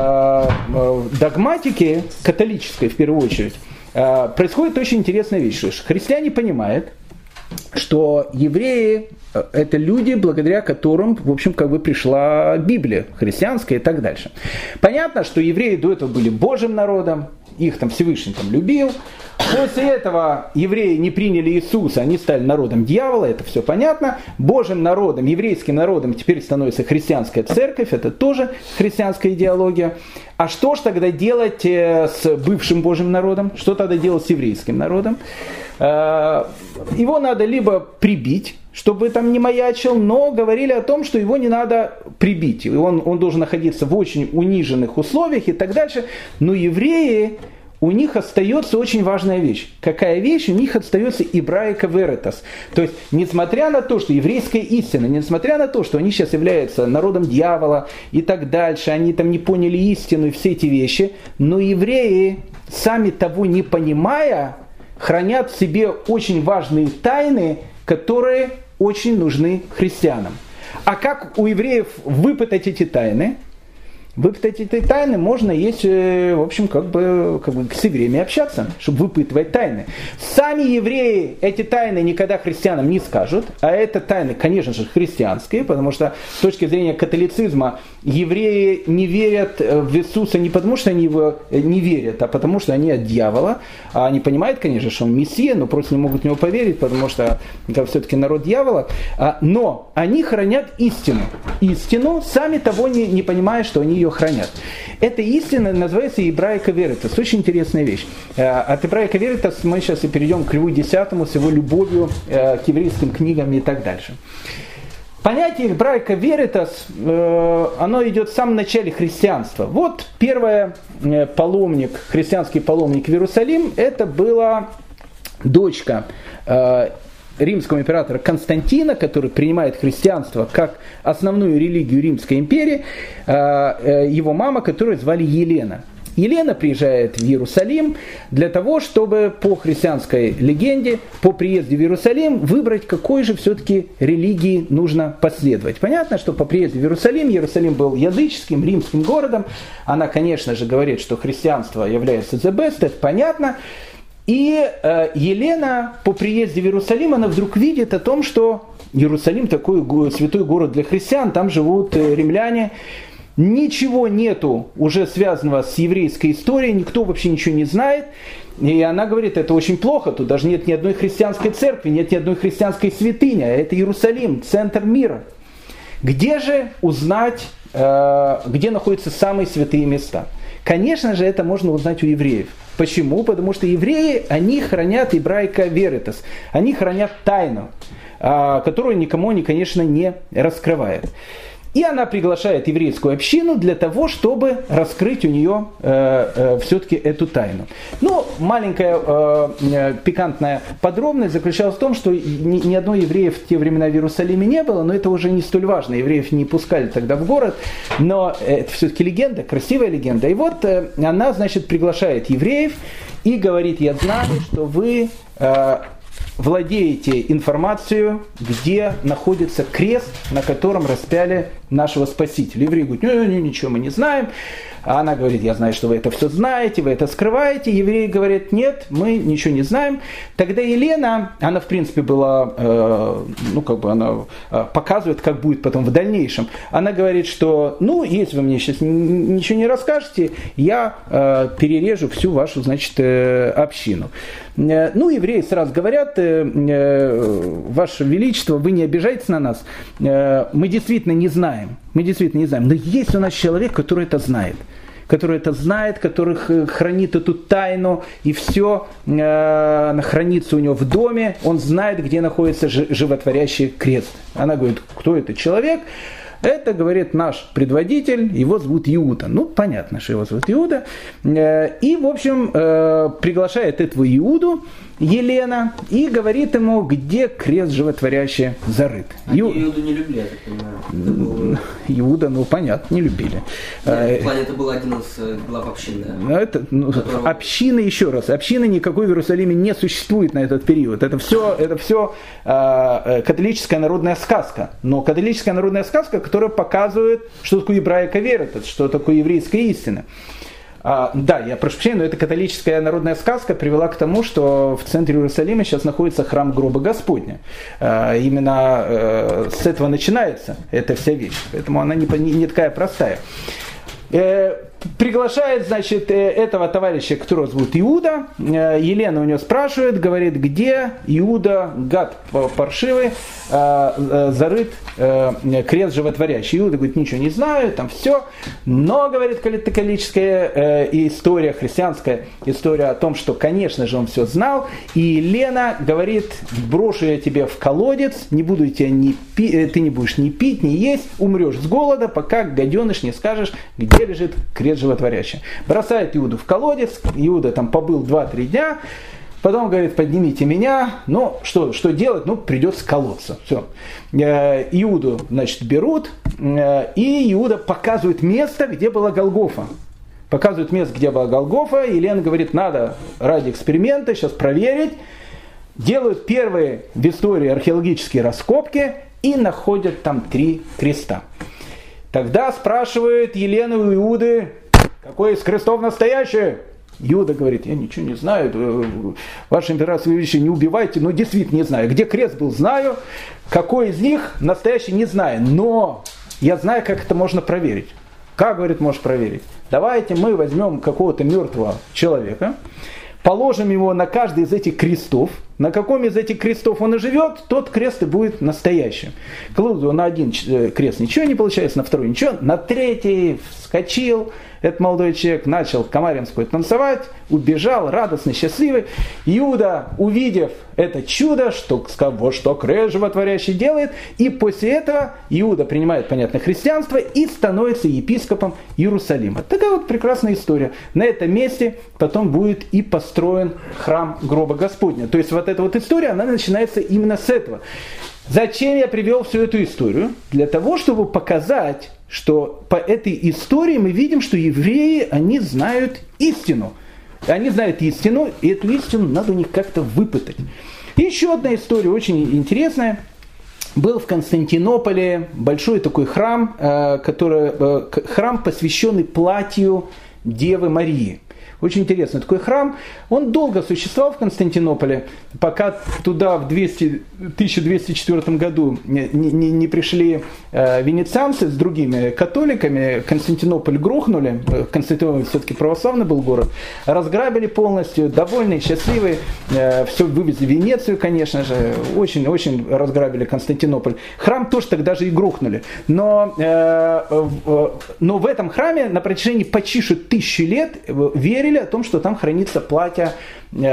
догматики, католической в первую очередь, происходит очень интересная вещь. Что христиане понимают, что евреи – это люди, благодаря которым, в общем, пришла Библия христианская и так дальше. Понятно, что евреи до этого были Божьим народом, их там Всевышний любил. После этого евреи не приняли Иисуса, они стали народом дьявола, это все понятно. Божьим народом, еврейским народом теперь становится христианская церковь, это тоже христианская идеология. А что ж тогда делать с бывшим Божьим народом? Что тогда делать с еврейским народом? Его надо либо прибить, чтобы там не маячил, но говорили о том, что его не надо прибить. Он должен находиться в очень униженных условиях и так дальше. Но евреи, у них остается очень важная вещь. Какая вещь? У них остается ибраика веритас. То есть, несмотря на то, что еврейская истина, несмотря на то, что они сейчас являются народом дьявола и так дальше, они там не поняли истину и все эти вещи, но евреи, сами того не понимая, хранят в себе очень важные тайны, которые очень нужны христианам. А как у евреев выпытать эти тайны? Выпытать эти тайны можно, если, в общем, с евреями общаться, чтобы выпытывать тайны. Сами евреи эти тайны никогда христианам не скажут, а это тайны, конечно же, христианские, потому что с точки зрения католицизма евреи не верят в Иисуса не потому, что они его не верят, а потому, что они от дьявола. А они понимают, конечно, что он Мессия, но просто не могут в него поверить, потому что это все-таки народ дьявола. Но они хранят истину. Истину, сами того не понимая, что они ее хранят. Эта истина называется ибраика веритас. Очень интересная вещь. От ибраика веритас мы сейчас и перейдем к Льву X с его любовью к еврейским книгам и так дальше. Понятие ибраика веритас, оно идет в самом начале христианства. Вот первый христианский паломник в Иерусалим, это была дочка римского императора Константина, который принимает христианство как основную религию Римской империи, его мама, которую звали Елена. Елена приезжает в Иерусалим для того, чтобы по христианской легенде, по приезде в Иерусалим, выбрать, какой же все-таки религии нужно последовать. Понятно, что по приезде в Иерусалим был языческим, римским городом. Она, конечно же, говорит, что христианство является the best, это понятно. И Елена по приезде в Иерусалим, она вдруг видит о том, что Иерусалим такой святой город для христиан, там живут римляне. Ничего нету уже связанного с еврейской историей, никто вообще ничего не знает. И она говорит, это очень плохо, тут даже нет ни одной христианской церкви, нет ни одной христианской святыни, а это Иерусалим, центр мира. Где же узнать, где находятся самые святые места? Конечно же, это можно узнать у евреев. Почему? Потому что евреи, они хранят ибраика веритас, они хранят тайну, которую никому они, конечно, не раскрывают. И она приглашает еврейскую общину для того, чтобы раскрыть у нее все-таки эту тайну. Ну, маленькая пикантная подробность заключалась в том, что ни одной евреев в те времена в Иерусалиме не было, но это уже не столь важно. Евреев не пускали тогда в город, но это все-таки легенда, красивая легенда. И вот она, значит, приглашает евреев и говорит: я знаю, что вы владеете информацией, где находится крест, на котором распяли нашего Спасителя. Евреи говорят: ничего мы не знаем. А она говорит: я знаю, что вы это все знаете, вы это скрываете. Евреи говорят: нет, мы ничего не знаем. Тогда Елена, она в принципе была, она показывает, как будет потом в дальнейшем. Она говорит, что, если вы мне сейчас ничего не расскажете, я перережу всю вашу, значит, общину. Евреи сразу говорят: Ваше Величество, вы не обижайтесь на нас, мы действительно не знаем, но есть у нас человек, который это знает, который хранит эту тайну, и все хранится у него в доме, он знает, где находится животворящий крест. Она говорит: кто это человек? Это, говорит, наш предводитель, его зовут Иуда. Понятно, что его зовут Иуда. И, в общем, приглашает этого Иуду Елена и говорит ему, где крест животворящий зарыт. Иуду не любили, я так понимаю. Иуда, понятно, не любили. Нет, в плане это был один из глав общины. Общины, еще раз, общины никакой в Иерусалиме не существует на этот период. Это все католическая народная сказка. Но католическая народная сказка, которая показывает, что такое ебрайка вера, что такое еврейская истина. Я прошу прощения, но эта католическая народная сказка привела к тому, что в центре Иерусалима сейчас находится храм гроба Господня. Именно с этого начинается эта вся вещь, поэтому она не такая простая. Приглашает, значит, этого товарища, которого зовут Иуда. Елена у него спрашивает, говорит: где Иуда, гад паршивый, зарыт крест животворящий. Иуда говорит: ничего не знаю, там все. Но, говорит, католическая история, христианская история о том, что, конечно же, он все знал. И Елена говорит: брошу я тебя в колодец, не буду тебя ты не будешь ни пить, ни есть, умрешь с голода, пока, гаденыш, не скажешь, где лежит крест животворящий. Бросает Иуду в колодец, Иуда там побыл 2-3 дня, потом говорит: поднимите меня, что делать? Придется колоться. Все. Иуду, значит, берут, и Иуда показывает место, где была Голгофа. Елена говорит: надо ради эксперимента сейчас проверить. Делают первые в истории археологические раскопки и находят там 3 креста. Тогда спрашивает Елена у Иуды: какой из крестов настоящий? Иуда говорит: я ничего не знаю, ваше императорское величество, не убивайте, но действительно не знаю. Где крест был, знаю, какой из них настоящий, не знаю, но я знаю, как это можно проверить. Как, говорит, можешь проверить? Давайте мы возьмем какого-то мертвого человека, положим его на каждый из этих крестов. На каком из этих крестов он и живет, тот крест и будет настоящим. Кладу на один крест ничего не получается, на второй ничего, на третий вскочил этот молодой человек, начал камаринскую танцевать, убежал, радостный, счастливый. Иуда, увидев это чудо, сказал: что крест животворящий делает, и после этого Иуда принимает, понятно, христианство и становится епископом Иерусалима. Такая вот прекрасная история. На этом месте потом будет и построен храм гроба Господня. То есть вот эта вот история, она начинается именно с этого. Зачем я привел всю эту историю? Для того, чтобы показать, что по этой истории мы видим, что евреи, они знают истину. Они знают истину, и эту истину надо у них как-то выпытать. И еще одна история очень интересная. Был в Константинополе большой такой храм, храм, посвященный платью Девы Марии. Очень интересный такой храм. Он долго существовал в Константинополе, пока туда в 1204 году не пришли венецианцы с другими католиками. Константинополь грохнули. Константинополь все-таки православный был город. Разграбили полностью, довольные, счастливые. Все вывезли в Венецию, конечно же. Очень разграбили Константинополь. Храм тоже тогда же и грохнули. Но в этом храме на протяжении почти 1000 лет верили о том, что там хранится платье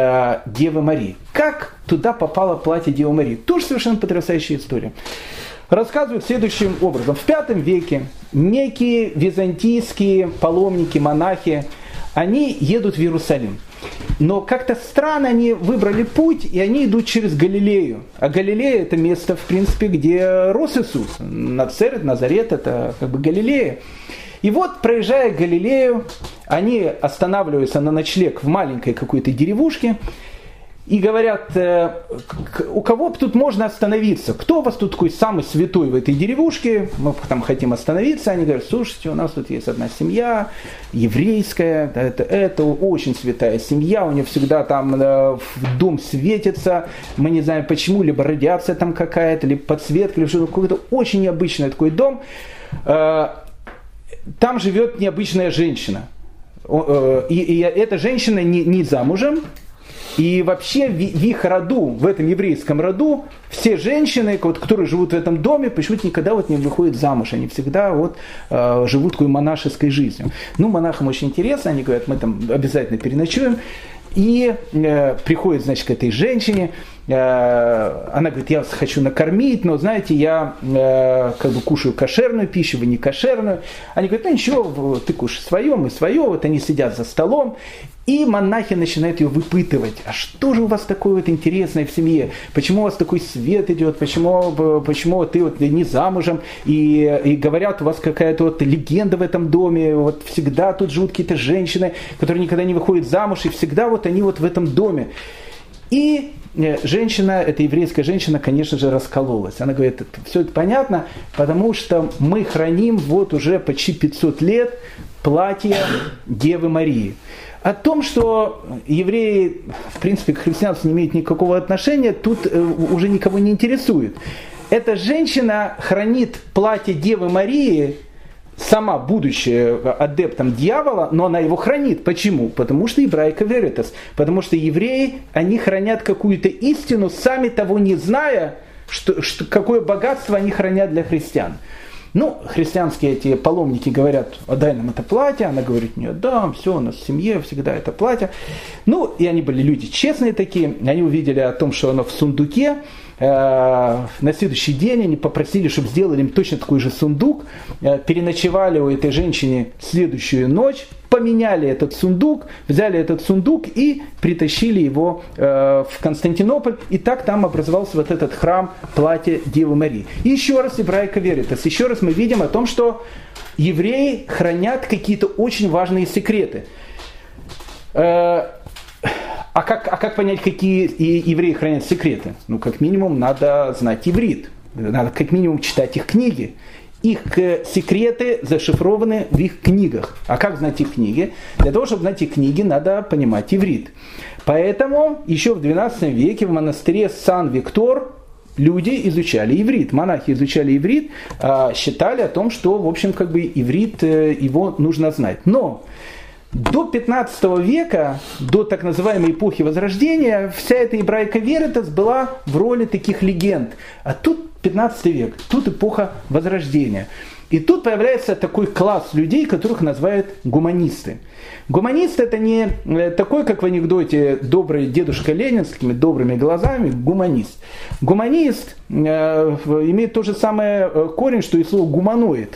Девы Марии. Как туда попало платье Девы Марии? Тоже совершенно потрясающая история. рассказывают следующим образом. В V веке некие византийские паломники, монахи, они едут в Иерусалим. Но как-то странно они выбрали путь, и они идут через Галилею. А Галилея – это место, в принципе, где рос Иисус. Назарет – это как бы Галилея. И вот, проезжая Галилею, они останавливаются на ночлег в маленькой какой-то деревушке и говорят, у кого тут можно остановиться? Кто у вас тут такой самый святой в этой деревушке? Мы там хотим остановиться. Они говорят, слушайте, у нас тут есть одна семья, еврейская, это очень святая семья, у нее всегда там дом светится, мы не знаем почему, либо радиация там какая-то, либо подсветка, либо что-то, какой-то очень необычный такой дом. Там живет необычная женщина. И эта женщина не замужем. И вообще в их роду, в этом еврейском роду, все женщины, которые живут в этом доме, почему-то никогда не выходят замуж. Они всегда живут такой монашеской жизнью. Монахам очень интересно, они говорят, мы там обязательно переночуем. И приходит, значит, к этой женщине, она говорит, я вас хочу накормить, но, знаете, я кушаю кошерную пищу, вы не кошерную. Они говорят, ничего, ты кушай свое, мы свое. Они сидят за столом, и монахи начинают ее выпытывать. А что же у вас такое интересное в семье? Почему у вас такой свет идет? Почему ты не замужем? И говорят, у вас какая-то легенда в этом доме. Всегда тут живут какие-то женщины, которые никогда не выходят замуж, и всегда они в этом доме. И женщина, эта еврейская женщина, конечно же, раскололась. Она говорит, все это понятно, потому что мы храним уже почти 500 лет платье Девы Марии. О том, что евреи, в принципе, к христианству не имеют никакого отношения, тут уже никого не интересует. Эта женщина хранит платье Девы Марии, сама будучи адептом дьявола, но она его хранит. Почему? Потому что ибрайка веритас. Потому что евреи, они хранят какую-то истину, сами того не зная, какое богатство они хранят для христиан. Христианские эти паломники говорят, отдай нам это платье. Она говорит, не отдам, все, у нас в семье всегда это платье. И они были люди честные такие. Они увидели о том, что оно в сундуке. На следующий день они попросили, чтобы сделали им точно такой же сундук. Переночевали у этой женщины следующую ночь. Поменяли этот сундук, взяли этот сундук и притащили его в Константинополь. И так там образовался этот храм платья Девы Марии. И еще раз ибрайка веритас. Еще раз мы видим о том, что евреи хранят какие-то очень важные секреты. А как понять, какие евреи хранят секреты? Как минимум, надо знать иврит. Надо как минимум читать их книги. Их секреты зашифрованы в их книгах. А как знать их книги? Для того, чтобы знать их книги, надо понимать иврит. Поэтому еще в XII веке в монастыре Сан-Виктор люди изучали иврит. Монахи изучали иврит, считали о том, что, в общем, иврит его нужно знать. Но до 15 века, до так называемой эпохи Возрождения, вся эта ибрайка веритас была в роли таких легенд. А тут 15 век, тут эпоха Возрождения. И тут появляется такой класс людей, которых называют гуманисты. Гуманист — это не такой, как в анекдоте, добрый дедушка Ленин с такими добрыми глазами, гуманист. Гуманист имеет то же самое корень, что и слово гуманоид.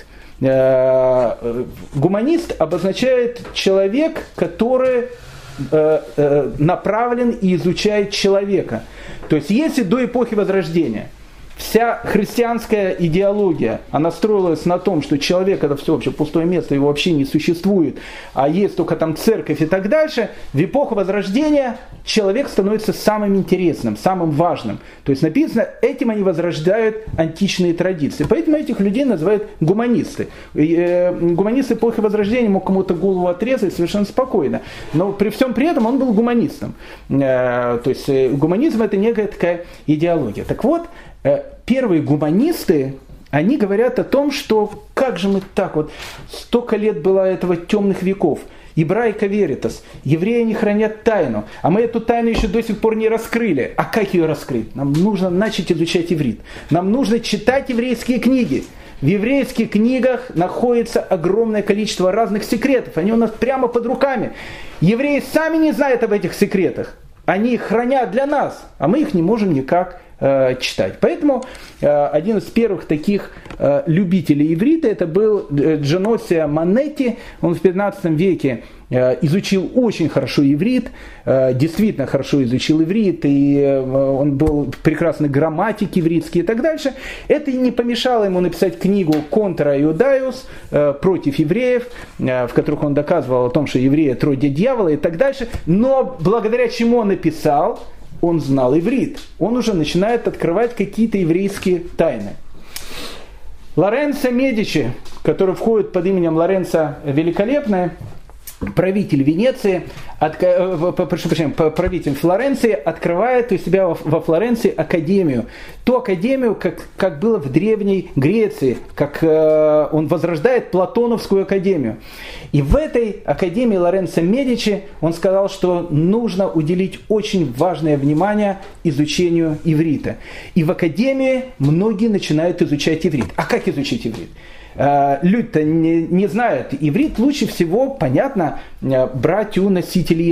Гуманист обозначает человек, который направлен и изучает человека. То есть если до эпохи Возрождения вся христианская идеология, она строилась на том, что человек — это все вообще пустое место, его вообще не существует, а есть только там церковь и так дальше, в эпоху Возрождения человек становится самым интересным, самым важным. То есть написано, этим они возрождают античные традиции. Поэтому этих людей называют гуманисты. Гуманист эпохи Возрождения мог кому-то голову отрезать совершенно спокойно, но при всем при этом он был гуманистом. То есть гуманизм — это некая такая идеология. Так вот, первые гуманисты, они говорят о том, что как же мы так столько лет было этого темных веков, ибрайка веритас, евреи не хранят тайну, а мы эту тайну еще до сих пор не раскрыли. А как ее раскрыть? Нам нужно начать изучать иврит, нам нужно читать еврейские книги. В еврейских книгах находится огромное количество разных секретов, они у нас прямо под руками. Евреи сами не знают об этих секретах. Они их хранят для нас, а мы их не можем никак читать. Поэтому один из первых таких любителей иврита это был Джаносия Манетти. Он в 15 веке изучил очень хорошо иврит, действительно хорошо изучил иврит, и он был прекрасный грамматик ивритский и так дальше. Это не помешало ему написать книгу «Контра Иудаиус» против евреев, в которых он доказывал о том, что евреи отродье дьявола и так дальше. Но благодаря чему он написал, он знал иврит. Он уже начинает открывать какие-то еврейские тайны. Лоренцо Медичи, который входит под именем Лоренцо Великолепный, правитель Венеции, правитель Флоренции, открывает у себя во Флоренции академию. Ту академию, как было в Древней Греции, как он возрождает Платоновскую академию. И в этой академии Лоренцо Медичи он сказал, что нужно уделить очень важное внимание изучению иврита. И в академии многие начинают изучать иврит. А как изучить иврит? Люди-то не знают. Иврит лучше всего, понятно, брать у носителей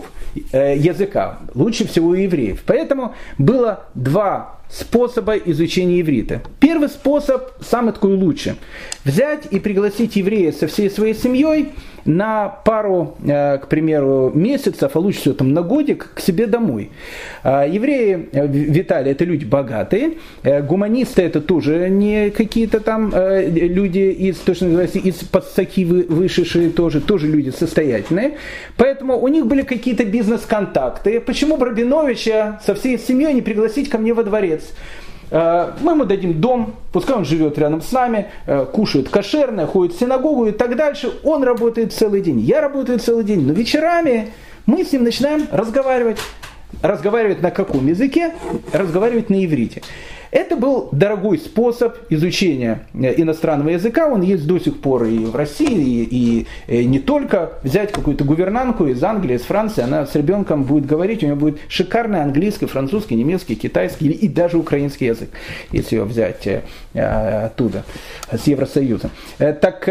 языка. Лучше всего у евреев. Поэтому было два способа изучения иврита. Первый способ, самый такой лучший. Взять и пригласить еврея со всей своей семьей на пару, к примеру, месяцев, а лучше всего там на годик, к себе домой. Евреи в Италии это люди богатые, гуманисты это тоже не какие-то там люди из, то, что называется, из подсаки вышедшие, тоже люди состоятельные. Поэтому у них были какие-то бизнес-контакты. Почему бы Рабиновича со всей семьей не пригласить ко мне во дворец? Мы ему дадим дом, пускай он живет рядом с нами, кушает кошерное, ходит в синагогу и так дальше. Он работает целый день, я работаю целый день, но вечерами мы с ним начинаем разговаривать. Разговаривать на каком языке? Разговаривать на иврите. Это был дорогой способ изучения иностранного языка, он есть до сих пор и в России, и не только. Взять какую-то гувернантку из Англии, из Франции, она с ребенком будет говорить, у нее будет шикарный английский, французский, немецкий, китайский и даже украинский язык, если ее взять оттуда, с Евросоюза. Так,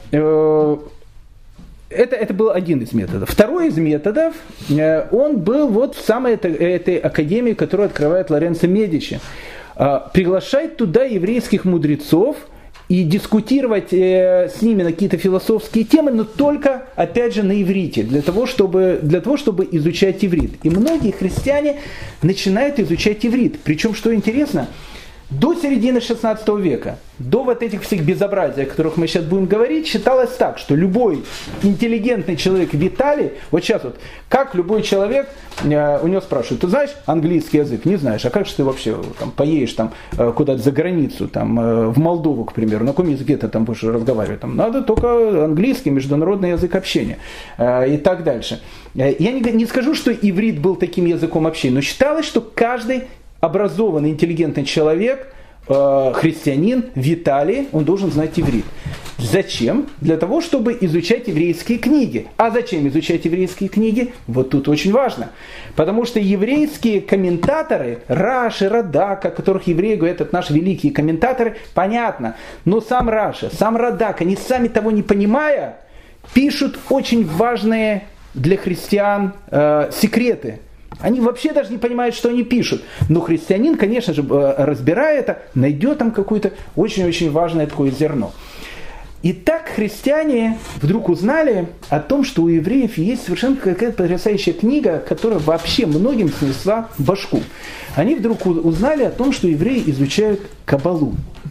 это был один из методов. Второй из методов, он был вот в самой этой академии, которую открывает Лоренцо Медичи. Приглашать туда еврейских мудрецов и дискутировать с ними на какие-то философские темы, но только, опять же, на иврите, для того, чтобы изучать иврит. И многие христиане начинают изучать иврит. Причем, что интересно, до середины 16 века, до вот этих всех безобразий, о которых мы сейчас будем говорить, считалось так, что любой интеллигентный человек в Италии, вот сейчас вот, как любой человек, у него спрашивают, ты знаешь английский язык? Не знаешь, а как же ты вообще там, поедешь там, куда-то за границу, там, в Молдову, к примеру, на каком языке ты там будешь разговаривать? Там, надо только английский, международный язык общения и так дальше. Я не скажу, что иврит был таким языком общения, но считалось, что каждый образованный, интеллигентный человек, христианин в Италии, он должен знать иврит. Зачем? Для того, чтобы изучать еврейские книги. А зачем изучать еврейские книги? Вот тут очень важно. Потому что еврейские комментаторы, Раши, Радак, о которых евреи говорят, это наши великие комментаторы, понятно. Но сам Раши, сам Радак, они сами того не понимая, пишут очень важные для христиан секреты. Они вообще даже не понимают, что они пишут. Но христианин, конечно же, разбирая это, найдет там какое-то очень-очень важное такое зерно. И так христиане вдруг узнали о том, что у евреев есть совершенно какая-то потрясающая книга, которая вообще многим снесла башку. Они вдруг узнали о том, что евреи изучают Кабалу.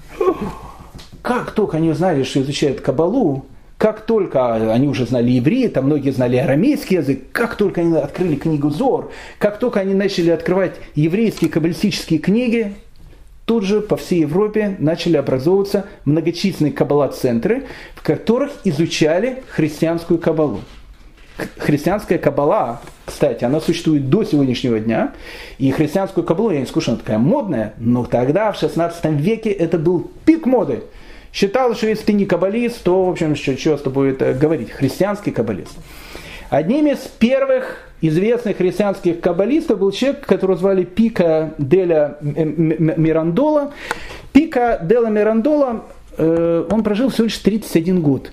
Как только они узнали, что изучают Кабалу, как только они уже знали иврит, а многие знали арамейский язык, как только они открыли книгу Зор, как только они начали открывать еврейские каббалистические книги, тут же по всей Европе начали образовываться многочисленные каббала-центры, в которых изучали христианскую каббалу. Христианская каббала, кстати, она существует до сегодняшнего дня, и христианскую каббалу, я не скажу, она такая модная, но тогда, в 16 веке, это был пик моды. Считалось, что если ты не каббалист, то, в общем, что с тобой будет говорить? Христианский каббалист. Одним из первых известных христианских каббалистов был человек, которого звали Пико делла Мирандола. Пико делла Мирандола, он прожил всего лишь 31 год.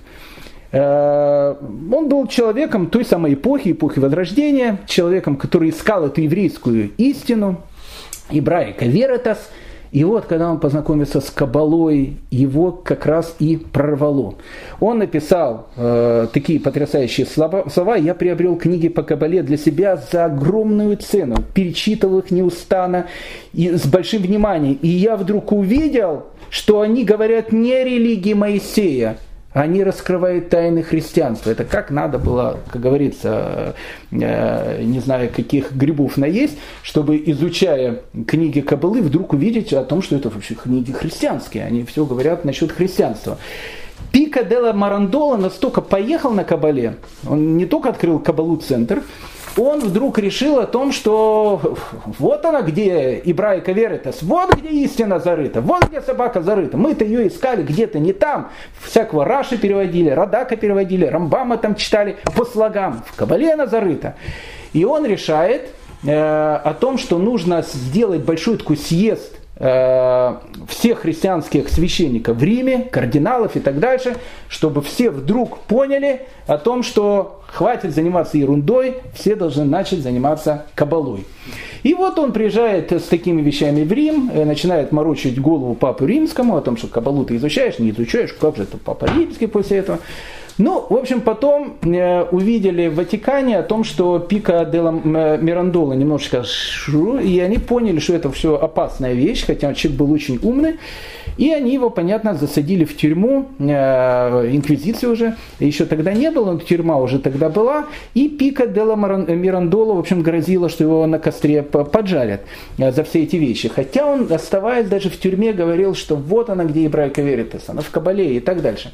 Он был человеком той самой эпохи Возрождения, человеком, который искал эту еврейскую истину. Ибрайка Веритас. И вот, когда он познакомился с Кабалой, его как раз и прорвало. Он написал такие потрясающие слова. «Я приобрел книги по Кабале для себя за огромную цену, перечитывал их неустанно и с большим вниманием. И я вдруг увидел, что они говорят не о религии Моисея, они раскрывают тайны христианства». Это как надо было, как говорится, не знаю, каких грибов наесть, чтобы, изучая книги Каббалы, вдруг увидеть о том, что это вообще книги христианские. Они все говорят насчет христианства. Пико делла Мирандола настолько поехал на Каббале, он не только открыл Каббалу-центр, он вдруг решил о том, что вот она где Ибрайка Веритас, вот где истина зарыта, вот где собака зарыта. Мы-то ее искали где-то не там. Всякого Раши переводили, Радака переводили, Рамбама там читали по слогам. В Кабале она зарыта. И он решает о том, что нужно сделать большой такой съезд всех христианских священников в Риме, кардиналов и так дальше, чтобы все вдруг поняли о том, что хватит заниматься ерундой, все должны начать заниматься каббалой. И вот он приезжает с такими вещами в Рим, начинает морочить голову Папу Римскому о том, что каббалу ты изучаешь, не изучаешь, как же это Папа Римский после этого. Ну, в общем, потом увидели в Ватикане о том, что Пико делла Мирандола немножечко и они поняли, что это все опасная вещь, хотя человек был очень умный, и они его, понятно, засадили в тюрьму, инквизиции уже, еще тогда не было, но тюрьма уже тогда была, и Пико делла Мирандола, в общем, грозило, что его на костре поджарят за все эти вещи. Хотя он, оставаясь даже в тюрьме, говорил, что вот она, где Ибрайка Веритас, она в Кабале и так дальше.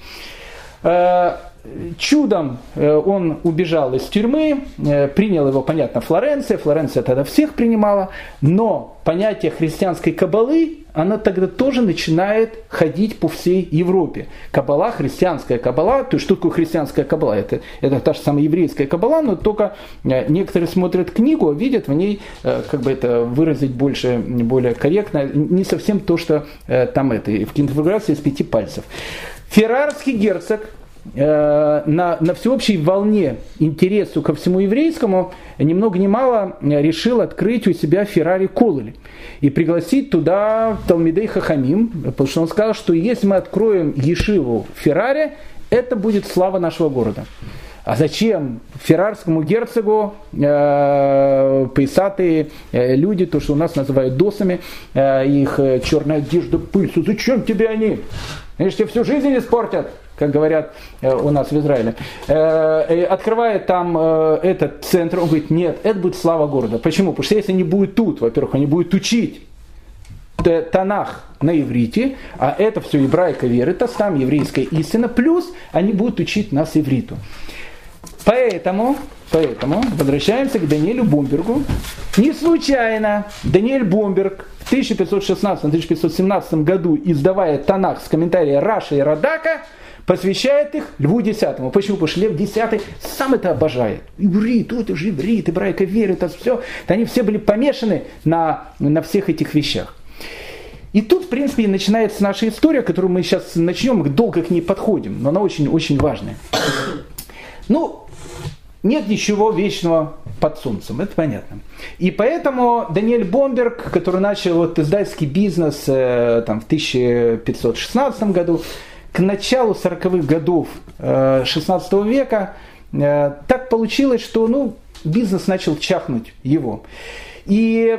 Чудом он убежал из тюрьмы, принял его, понятно, Флоренция тогда всех принимала, но понятие христианской каббалы, оно тогда тоже начинает ходить по всей Европе. Каббала, христианская каббала, то есть что такое христианская каббала? Это та же самая еврейская каббала, но только некоторые смотрят книгу, видят в ней, как бы это выразить более корректно, не совсем то, что там это, в конфигурации из 5 пальцев. Феррарский герцог на всеобщей волне интересу ко всему еврейскому ни много ни мало решил открыть у себя Феррари Коллель и пригласить туда Талмидей Хахамим, потому что он сказал, что если мы откроем ешиву в Ферраре, это будет слава нашего города. А зачем феррарскому герцогу поясатые люди, то, что у нас называют досами, их черная одежда, пыль, зачем тебе они? Они же тебе всю жизнь испортят, как говорят у нас в Израиле. Открывает там этот центр, он говорит, нет, это будет слава города. Почему? Потому что если они будут тут, во-первых, они будут учить Танах на иврите, а это все Ибрайка Веритас, там еврейская истина, плюс они будут учить нас ивриту. Поэтому возвращаемся к Даниэлю Бомбергу. Не случайно Даниэль Бомберг в 1516-1517 году, издавая Танах с комментарием Раши и Радака, посвящает их Льву X. Почему? Потому что Лев X сам это обожает. Иврит, это же иврит, Ибрайка Веритас, все. Они все были помешаны на всех этих вещах. И тут, в принципе, и начинается наша история, которую мы сейчас начнем, мы долго к ней подходим, но она очень-очень важная. Ну, нет ничего вечного под солнцем, это понятно. И поэтому Даниэль Бомберг, который начал издательский бизнес в 1516 году, к началу 40-х годов 16 века, так получилось, что бизнес начал чахнуть его. И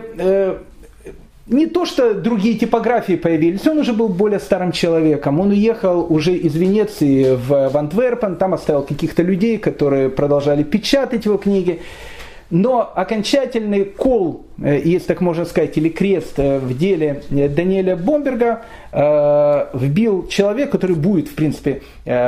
не то, что другие типографии появились, он уже был более старым человеком. Он уехал уже из Венеции в Антверпен, там оставил каких-то людей, которые продолжали печатать его книги. Но окончательный кол, если так можно сказать, или крест в деле Даниэля Бомберга вбил человек, который будет, в принципе,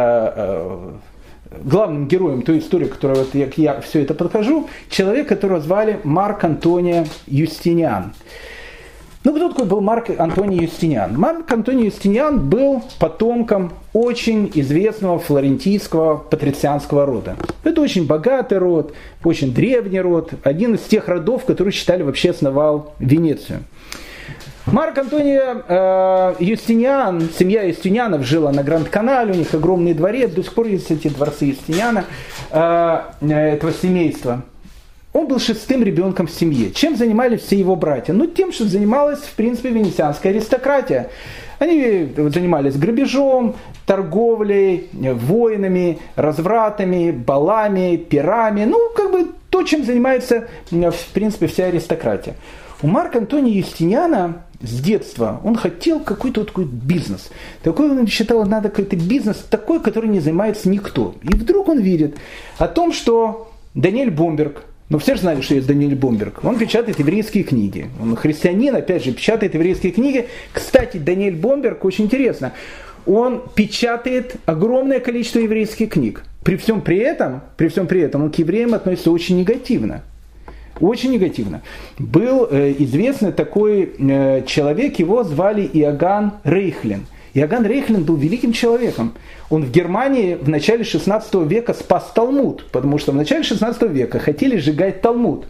главным героем той истории, которую я все это подхожу, человек, которого звали Марк Антоний Юстиниан. Кто такой был Марк Антоний Юстиниан? Марк Антоний Юстиниан был потомком очень известного флорентийского патрицианского рода. Это очень богатый род, очень древний род, один из тех родов, который, считали, вообще основал Венецию. Марк Антоний Юстиниан, семья Юстинианов жила на Гранд-Канале, у них огромный дворец, до сих пор есть эти дворцы Юстиниана, этого семейства. Он был 6-м ребенком в семье. Чем занимались все его братья? Ну, тем, что занималась, в принципе, венецианская аристократия. Они занимались грабежом, торговлей, войнами, развратами, балами, пирами. Ну, как бы то, чем занимается, в принципе, вся аристократия. У Марка Антония Юстиниана с детства он хотел какой-то такой бизнес. Такой он считал, надо какой-то бизнес такой, который не занимается никто. И вдруг он видит о том, что Даниэль Бомберг, ну все же знали, что есть Даниэль Бомберг, он печатает еврейские книги. Он христианин, опять же, печатает еврейские книги. Кстати, Даниэль Бомберг, очень интересно, он печатает огромное количество еврейских книг. При всем при этом он к евреям относится очень негативно. Очень негативно. Был известный такой человек, его звали Иоганн Рейхлин. Иоганн Рейхлин был великим человеком. Он в Германии в начале 16 века спас Талмуд, потому что в начале 16 века хотели сжигать Талмуд.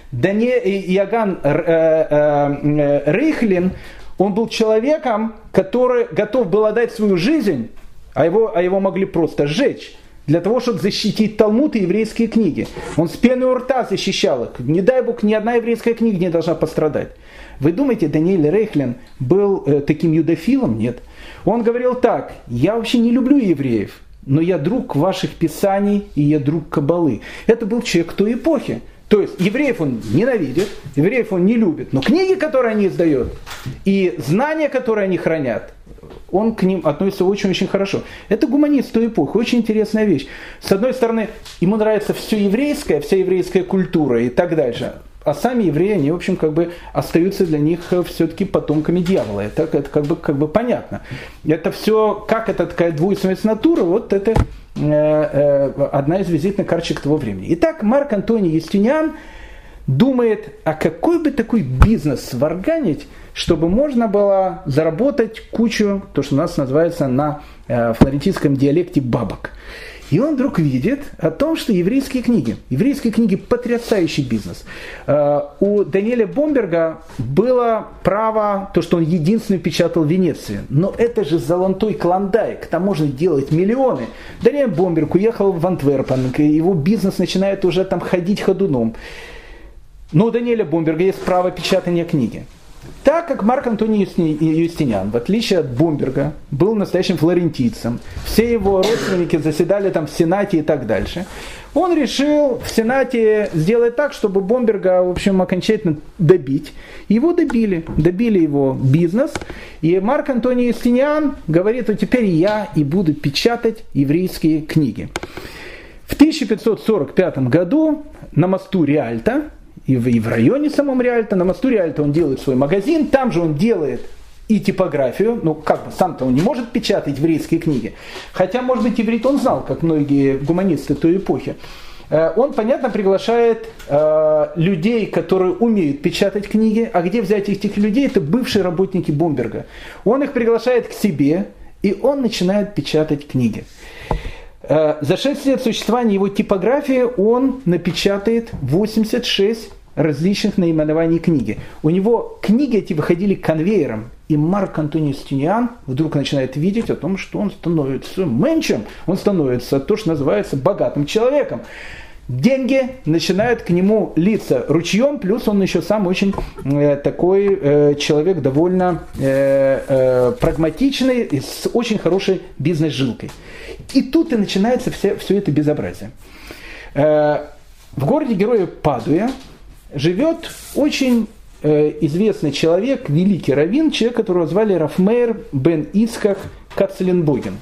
Иоганн Рейхлин, он был человеком, который готов был отдать свою жизнь, а его могли просто сжечь, для того, чтобы защитить Талмуд и еврейские книги. Он с пеной у рта защищал их. Не дай Бог, ни одна еврейская книга не должна пострадать. Вы думаете, Даниэль Рейхлин был таким юдофилом? Нет. Он говорил так: я вообще не люблю евреев, но я друг ваших писаний и я друг Каббалы. Это был человек той эпохи. То есть евреев он ненавидит, евреев он не любит, но книги, которые они издают, и знания, которые они хранят, он к ним относится очень-очень хорошо. Это гуманист той эпохи, очень интересная вещь. С одной стороны, ему нравится все еврейское, вся еврейская культура и так дальше. А сами евреи, они, в общем, как бы остаются для них все-таки потомками дьявола. Это как бы понятно. Это все, как это такая двойственность натуры, вот это одна из визитных карточек того времени. Итак, Марк Антоний Юстиниан думает, а какой бы такой бизнес сварганить, чтобы можно было заработать кучу, то, что у нас называется на флорентийском диалекте, бабок. И он вдруг видит о том, что еврейские книги потрясающий бизнес. У Даниэля Бомберга было право, то, что он единственный печатал в Венеции. Но это же золотой клондайк, там можно делать миллионы. Даниэль Бомберг уехал в Антверпен, его бизнес начинает уже там ходить ходуном. Но у Даниэля Бомберга есть право печатания книги. Так как Марк Антоний Юстиниан, в отличие от Бомберга, был настоящим флорентийцем, все его родственники заседали там в Сенате и так дальше, он решил в Сенате сделать так, чтобы Бомберга, в общем, окончательно добить. Его добили его бизнес, и Марк Антоний Юстиниан говорит, вот теперь я и буду печатать еврейские книги. В 1545 году на мосту Риальто, и в районе самом Риальто, на мосту Риальто он делает свой магазин, там же он делает и типографию, ну как бы сам-то он не может печатать еврейские книги, хотя, может быть, иврит он знал, как многие гуманисты той эпохи. Он, понятно, приглашает людей, которые умеют печатать книги, а где взять этих людей? Это бывшие работники Бомберга. Он их приглашает к себе, и он начинает печатать книги. За 6 лет существования его типографии он напечатает 86 различных наименований книги. У него книги эти выходили конвейером. И Марк Антоний Юстиниан вдруг начинает видеть о том, что он становится менчем, он становится то, что называется богатым человеком. Деньги начинают к нему литься ручьем, плюс он еще сам очень такой человек довольно прагматичный, с очень хорошей бизнес-жилкой. И тут и начинается все это безобразие. В городе-герое Падуе живет очень известный человек, великий раввин, человек, которого звали Рав Меир бен Ицхак Кацеленбоген.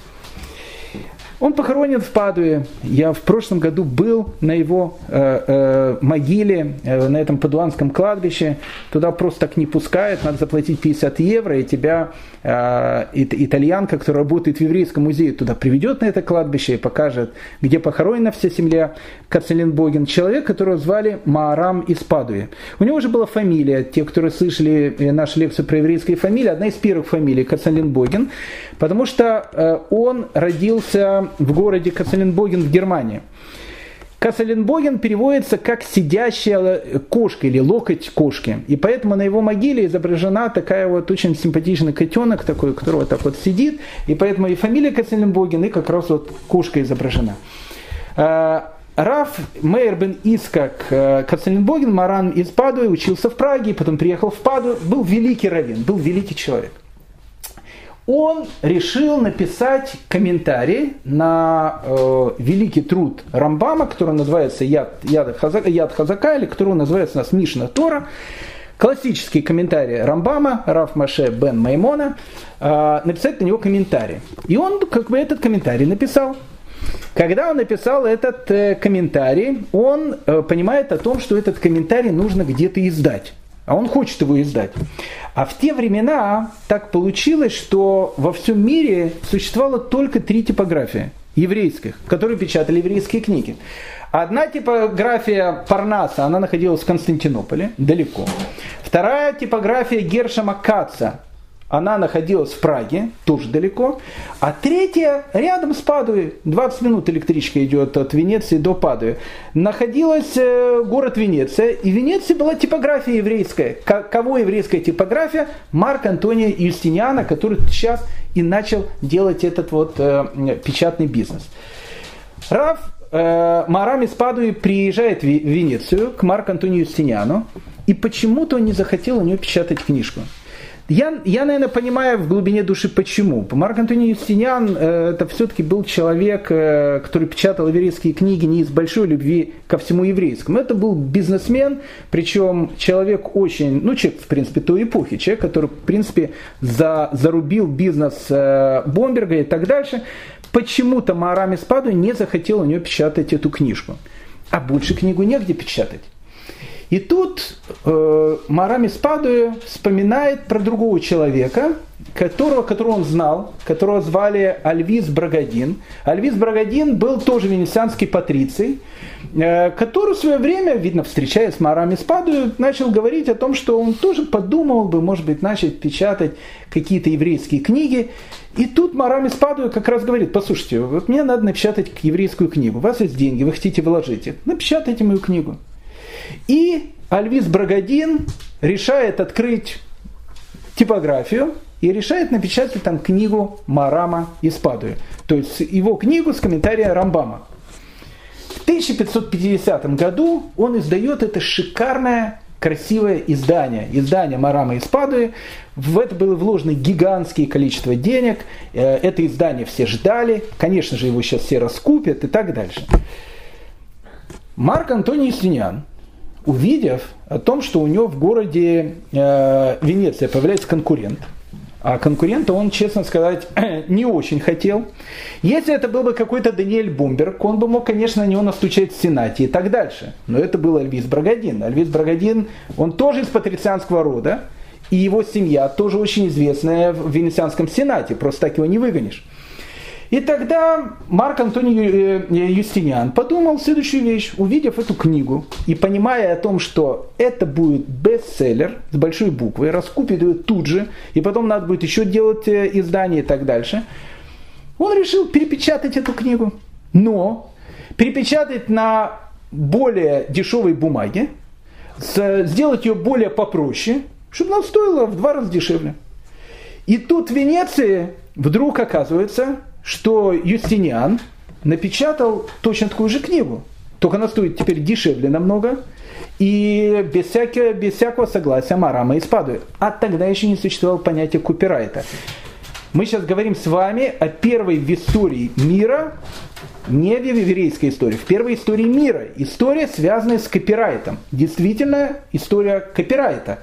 Он похоронен в Падуе. Я в прошлом году был на его могиле, на этом падуанском кладбище. Туда просто так не пускают, надо заплатить 50 евро, и тебя итальянка, которая работает в еврейском музее, туда приведет на это кладбище и покажет, где похоронена вся семья Кацеленбоген. Человек, которого звали Маарам из Падуи. У него же была фамилия, те, которые слышали нашу лекцию про еврейские фамилии, одна из первых фамилий Кацеленбоген, потому что он родился в городе Кацеленбоген в Германии. Кацеленбоген переводится как «сидящая кошка» или «локоть кошки». И поэтому на его могиле изображена такая вот очень симпатичный котенок, такой, который вот так вот сидит. И поэтому и фамилия Кацеленбоген, и как раз вот кошка изображена. Рав Мейер бен Ицхак Кацелинбоген, Маран из Падуи, учился в Праге, потом приехал в Паду, был великий раввин, был великий человек. Он решил написать комментарий на великий труд Рамбама, который называется Яд Хазака, или который называется у нас Мишна Тора. Классический комментарий Рамбама, Рав Моше бен Маймона, написать на него комментарий. И он этот комментарий написал. Когда он написал этот комментарий, он понимает о том, что этот комментарий нужно где-то издать. А он хочет его издать. А в те времена так получилось, что во всем мире существовало только 3 типографии еврейских, которые печатали еврейские книги. Одна типография Парнаса, она находилась в Константинополе, далеко. Вторая типография Гершома Каца, она находилась в Праге, тоже далеко. А третья рядом с Падуей, 20 минут электричка идет от Венеции до Падуи. Находилась город Венеция, и в Венеции была типография еврейская. Кого еврейская типография? Марк Антония Юстиниана, который сейчас и начал делать этот печатный бизнес. Рав Маарам из Падуи приезжает в Венецию к Марку Антонию Юстиниану, и почему-то он не захотел у него печатать книжку. Я, наверное, понимаю в глубине души почему. Марк Антоний Юстиниан это все-таки был человек, который печатал еврейские книги не из большой любви ко всему еврейскому. Это был бизнесмен, причем человек очень, человек, в принципе, той эпохи, человек, который, в принципе, зарубил бизнес Бомберга и так дальше. Почему-то Маарам из Падуи не захотел у него печатать эту книжку. А больше книгу негде печатать. И тут Маарам из Падуи вспоминает про другого человека, которого он знал, которого звали Альвис Брагадин. Альвис Брагадин был тоже венецианский патриций, который в свое время, видно, встречаясь с Маарам из Падуи, начал говорить о том, что он тоже подумал бы, может быть, начать печатать какие-то еврейские книги. И тут Маарам из Падуи как раз говорит: послушайте, вот мне надо напечатать еврейскую книгу, у вас есть деньги, вы хотите вложить их, напечатайте мою книгу. И Альвис Брагадин решает открыть типографию и решает напечатать там книгу Маарама из Падуи. То есть его книгу с комментарием Рамбама. В 1550 году он издает это шикарное, красивое издание Маарама из Падуи. В это было вложено гигантское количество денег. Это издание все ждали. Конечно же, его сейчас все раскупят и так дальше. Марк Антоний Юстиниан, увидев о том, что у него в городе Венеция появляется конкурент, а конкурента он, честно сказать, не очень хотел. Если это был бы какой-то Даниэль Бомберг, он бы мог, конечно, на него настучать в Сенате и так дальше. Но это был Альвис Брагадин. Альвис Брагадин, он тоже из патрицианского рода, и его семья тоже очень известная в Венецианском Сенате, просто так его не выгонишь. И тогда Марк Антоний Юстиниан подумал следующую вещь, увидев эту книгу и понимая о том, что это будет бестселлер с большой буквы, раскупит ее тут же, и потом надо будет еще делать издание и так дальше, он решил перепечатать эту книгу, но перепечатать на более дешевой бумаге, сделать ее более попроще, чтобы она стоила в 2 раза дешевле. И тут в Венеции вдруг оказывается, что Юстиниан напечатал точно такую же книгу, только она стоит теперь дешевле намного и без всякого согласия Маарама из Падуи. А тогда еще не существовало понятия копирайта. Мы сейчас говорим с вами о первой в истории мира, не в еврейской истории, в первой истории мира. История, связанная с копирайтом. Действительно, история копирайта.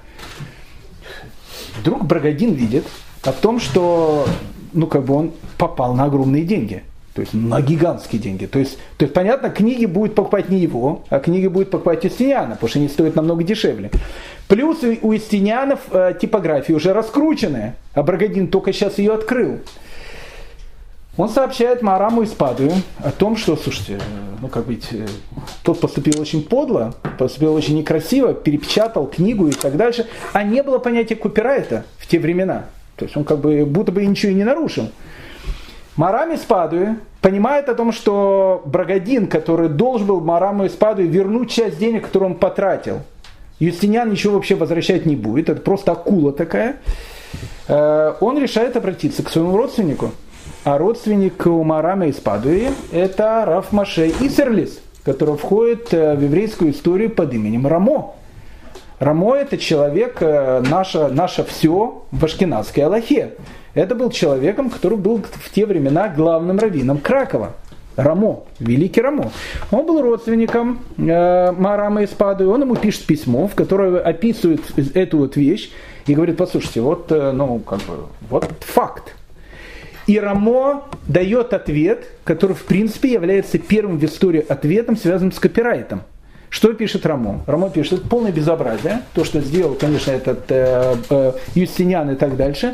Вдруг Брагадин видит о том, что он попал на огромные деньги. То есть на гигантские деньги. То есть понятно, книги будет покупать не его, а книги будет покупать Юстиниана, потому что они стоят намного дешевле. Плюс у Юстинианов типография уже раскрученная, а Брагадин только сейчас ее открыл. Он сообщает Маараму из Падуи о том, что, слушайте, тот поступил очень подло, поступил очень некрасиво, перепечатал книгу и так дальше, а не было понятия копирайта в те времена. То есть он будто бы ничего и не нарушил. Маарам из Падуи понимает о том, что Брагадин, который должен был Маараму из Падуи вернуть часть денег, которые он потратил, Юстиниан ничего вообще возвращать не будет, это просто акула такая, он решает обратиться к своему родственнику. А родственник у Маарама из Падуи это Рав Моше Исерлис, который входит в еврейскую историю под именем Рамо. Рамо – это человек, наше все в ашкеназской алахе. Это был человеком, который был в те времена главным раввином Кракова. Рамо, великий Рамо. Он был родственником Маарама из Падуи. Он ему пишет письмо, в котором описывает эту вот вещь и говорит: послушайте, вот факт. И Рамо дает ответ, который в принципе является первым в истории ответом, связанным с копирайтом. Что пишет Рамо? Рамо пишет: это полное безобразие, то, что сделал, конечно, этот Юстиниан и так дальше.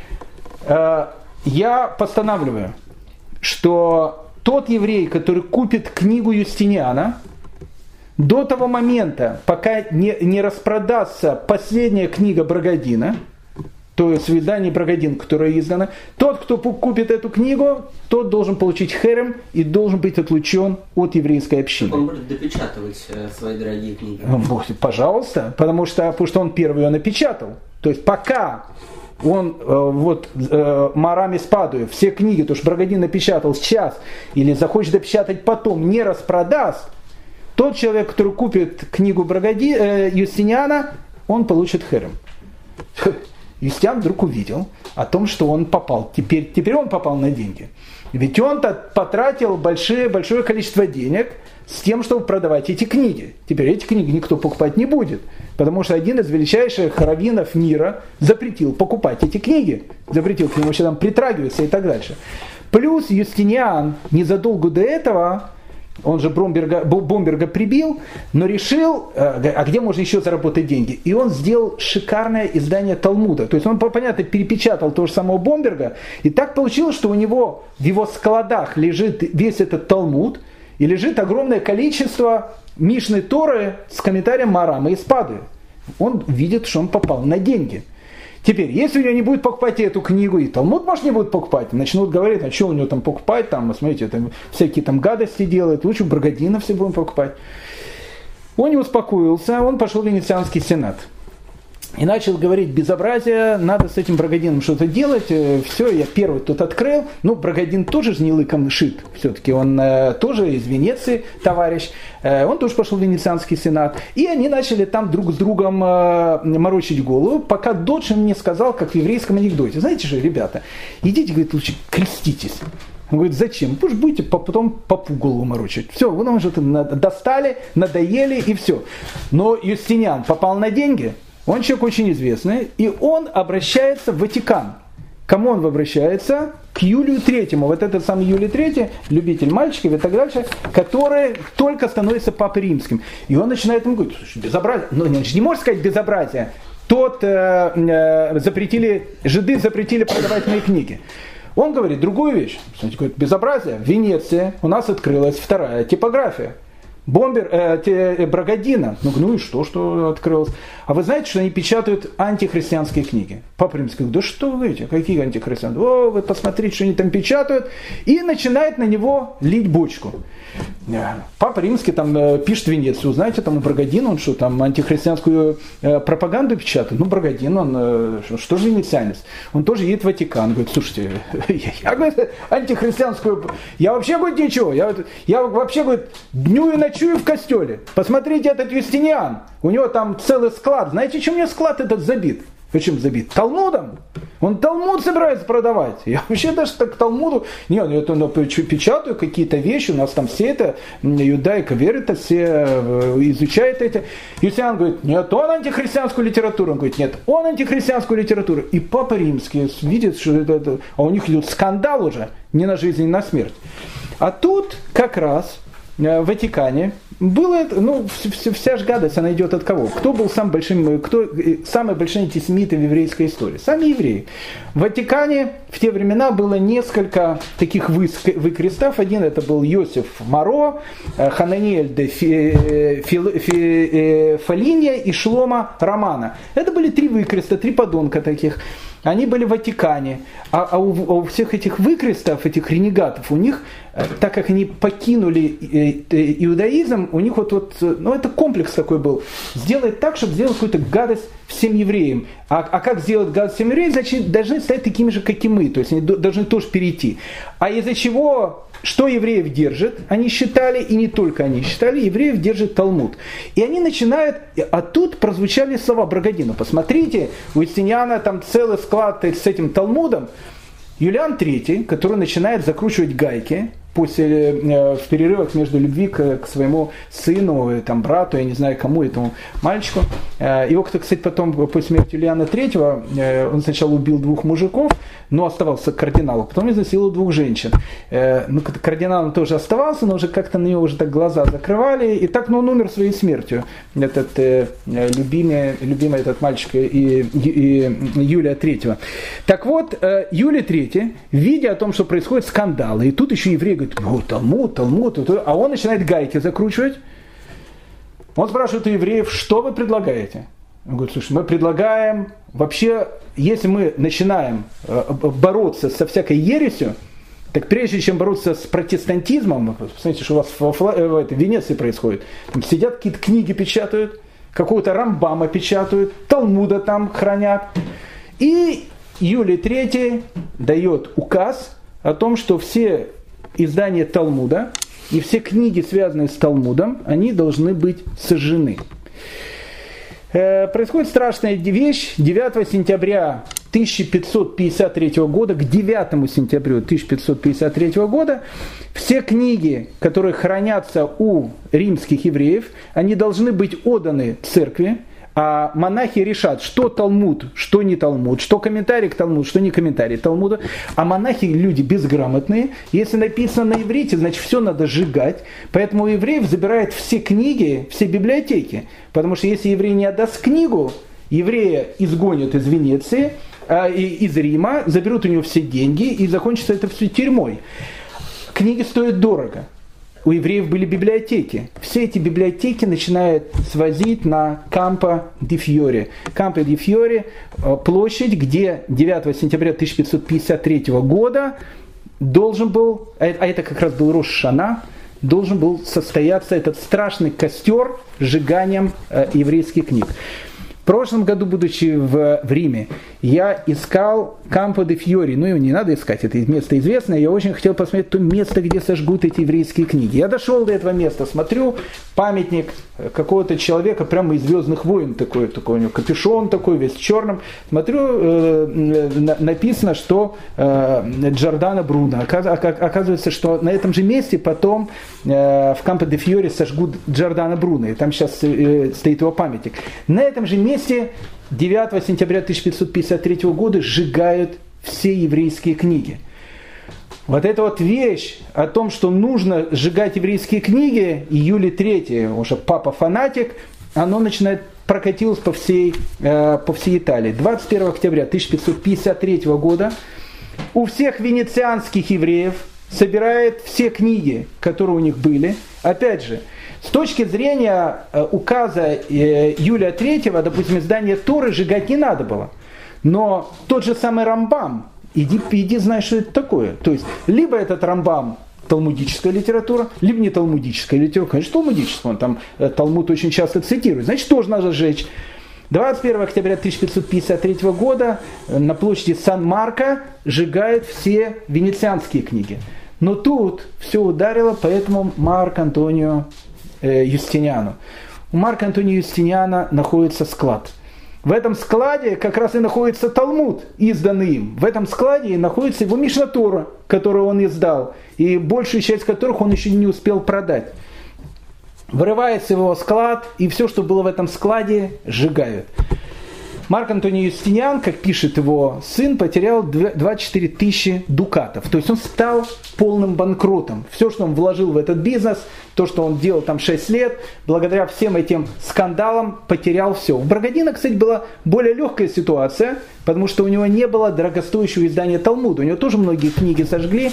Я постанавливаю, что тот еврей, который купит книгу Юстиниана, до того момента, пока не распродастся последняя книга Брагодина, то есть в издании Брагодин, которое издано, тот, кто купит эту книгу, тот должен получить херем и должен быть отлучен от еврейской общины. Он будет допечатывать свои дорогие книги. Пожалуйста, потому что он первый ее напечатал. То есть пока он, Маарам из Падуи, все книги, то, что Брагодин напечатал сейчас, или захочет допечатать потом, не распродаст, тот человек, который купит книгу Юстиниана, он получит херем. Юстиниан вдруг увидел о том, что он попал. Теперь он попал на деньги. Ведь он-то потратил большое количество денег с тем, чтобы продавать эти книги. Теперь эти книги никто покупать не будет. Потому что один из величайших раввинов мира запретил покупать эти книги. Запретил, к нему еще там притрагиваться и так дальше. Плюс Юстиниан незадолго до этого, он же Бомберга прибил, но решил, а где можно еще заработать деньги? И он сделал шикарное издание Талмуда. То есть он, понятно, перепечатал того же самого Бомберга. И так получилось, что у него в его складах лежит весь этот Талмуд, и лежит огромное количество Мишны Торы с комментарием Маарама из Падуи. Он видит, что он попал на деньги. Теперь, если у него не будет покупать эту книгу, и Талмуд, может, не будет покупать, начнут говорить, а что у него там покупать, там, смотрите, там, всякие там гадости делают, лучше Брагодина все будем покупать. Он не успокоился, он пошел в Венецианский сенат. И начал говорить: безобразие, надо с этим Брагодином что-то делать. Все, я первый тут открыл. Ну, Брагодин тоже же не лыком шит. Все-таки он тоже из Венеции товарищ. Он тоже пошел в Венецианский сенат. И они начали там друг с другом морочить голову, пока Додж им не сказал, как в еврейском анекдоте: знаете же, ребята, идите, говорит, лучше креститесь. Он говорит: зачем? Вы же будете потом попу голову морочить. Все, вы нам что-то достали, надоели и все. Но Юстиниан попал на деньги. Он человек очень известный, и он обращается в Ватикан. Кому он обращается? К Юлию Третьему. Вот этот самый Юлий Третий, любитель мальчиков и так дальше, который только становится папой римским. И он начинает ему говорить: слушай, безобразие. Ну, он же не может сказать безобразие. Жиды запретили продавать мои книги. Он говорит другую вещь. Говорит: безобразие. В Венеции у нас открылась вторая типография. Брагодина. Ну и что открылось? А вы знаете, что они печатают антихристианские книги? Папа Римский говорит: да что вы эти, какие антихристианские? О, вы посмотрите, что они там печатают. И начинает на него лить бочку. Папа Римский там пишет в Венецию: знаете, там у Брагодина, он что, там антихристианскую пропаганду печатает? Ну, Брагодин, он что же венецианец? Он тоже едет в Ватикан. Говорит: слушайте, я, говорит, антихристианскую, я вообще, говорит, ничего, я вообще, говорит, дню и ночую в костеле. Посмотрите, этот Юстиниан, у него там целый склад. Знаете, чем у него склад этот забит? Почему забит? Талмудом. Он Талмуд собирается продавать. Я вообще даже так к Талмуду... Нет, я печатаю какие-то вещи, у нас там все это, иудаика верит, все изучают это. Юстиниан говорит: нет, он антихристианскую литературу. Он говорит: нет, он антихристианскую литературу. И Папа Римский видит, что это... А у них идет скандал уже, не на жизнь, не на смерть. А тут как раз в Ватикане было, вся же гадость, она идет от кого? Кто был самый большой антисемит в еврейской истории? Сами евреи. В Ватикане в те времена было несколько таких выкрестов. Один это был Йосиф Моро, Хананиэль де Фолинья и Шломо Романа. Это были три выкреста, три подонка таких. Они были в Ватикане, а у всех этих выкрестов, этих ренегатов, у них, так как они покинули иудаизм, у них это комплекс такой был, сделать так, чтобы сделать какую-то гадость всем евреям. А как сделать гадость всем евреям? Значит, должны стать такими же, как и мы. То есть они должны тоже перейти. А из-за чего, что евреев держит, они считали, и не только они считали, евреев держит Талмуд. И они начинают, а тут прозвучали слова Брагодина. Посмотрите, у Юстиниана там целый склад с этим Талмудом. Юлиан III, который начинает закручивать гайки в перерывах между любви к своему сыну, там, брату, я не знаю кому, этому мальчику. Его, кстати, потом, после смерти Юлиана III, он сначала убил 2 мужиков, но оставался кардиналом, потом изнасиловал 2 женщин. Ну, кардиналом тоже оставался, но уже как-то на него уже так глаза закрывали, и так, он умер своей смертью. Этот любимый этот мальчик и Юлия III. Так вот, Юлий III, видя о том, что происходит скандалы, и тут еще евреи говорят, Талмуд, а он начинает гайки закручивать. Он спрашивает у евреев, что вы предлагаете? Он говорит, слушай, мы предлагаем, вообще, если мы начинаем бороться со всякой ересью, так прежде чем бороться с протестантизмом, посмотрите, что у вас в Венеции происходит, там сидят какие-то книги печатают, какого-то Рамбама печатают, Талмуда там хранят. И Юлий III дает указ о том, что все издания Талмуда и все книги, связанные с Талмудом, они должны быть сожжены. Происходит страшная вещь. 9 сентября 1553 года, к 9 сентября 1553 года, все книги, которые хранятся у римских евреев, они должны быть отданы церкви, а монахи решат, что Талмуд, что не Талмуд, что комментарий к Талмуду, что не комментарий к Талмуду. А монахи люди безграмотные. Если написано на иврите, значит все надо сжигать. Поэтому у евреев забирают все книги, все библиотеки. Потому что если еврей не отдаст книгу, еврея изгонят из Венеции, из Рима, заберут у него все деньги и закончится это все тюрьмой. Книги стоят дорого. У евреев были библиотеки. Все эти библиотеки начинают свозить на Кампо ди Фьоре. Кампо ди Фьоре – площадь, где 9 сентября 1553 года должен был, а это как раз был Рош ха-Шана, должен был состояться этот страшный костер с сжиганием еврейских книг. В прошлом году, будучи в Риме, я искал Кампо де Фьори. Ну, его не надо искать, это место известное. Я очень хотел посмотреть то место, где сожгут эти еврейские книги. Я дошел до этого места, смотрю, памятник какого-то человека прямо из «Звездных войн». Такой у него капюшон такой, весь в черном. Смотрю, написано, что Джордано Бруно. Оказывается, что на этом же месте потом в Кампо де Фьори сожгут Джордано Бруно. И там сейчас стоит его памятник. На этом же месте 9 сентября 1553 года сжигают все еврейские книги. Вот эта вот вещь о том, что нужно сжигать еврейские книги, и Юлий III, уже папа-фанатик, оно начинает прокатилось по всей Италии. 21 октября 1553 года у всех венецианских евреев собирают все книги, которые у них были. Опять же, с точки зрения указа Юлия III, допустим, издание Торы сжигать не надо было. Но тот же самый Рамбам, иди знай, что это такое. То есть, либо этот Рамбам талмудическая литература, либо не талмудическая литература. Конечно, талмудическая, он там Талмуд очень часто цитирует. Значит, тоже надо сжечь. 21 октября 1553 года на площади Сан-Марко сжигают все венецианские книги. Но тут все ударило по этому Марку Антонию Юстиниану. У Марка Антония Юстиниана находится склад. В этом складе как раз и находится Талмуд, изданный им. В этом складе и находится его Мишна Тора, которую он издал, и большую часть которых он еще не успел продать. Вырывается его склад, и все, что было в этом складе, сжигают. Марк Антоний Юстиниан, как пишет его сын, потерял 24 тысячи дукатов. То есть он стал полным банкротом. Все, что он вложил в этот бизнес, то, что он делал там 6 лет, благодаря всем этим скандалам потерял все. У Брагодина, кстати, была более легкая ситуация, потому что у него не было дорогостоящего издания Талмуда. У него тоже многие книги сожгли,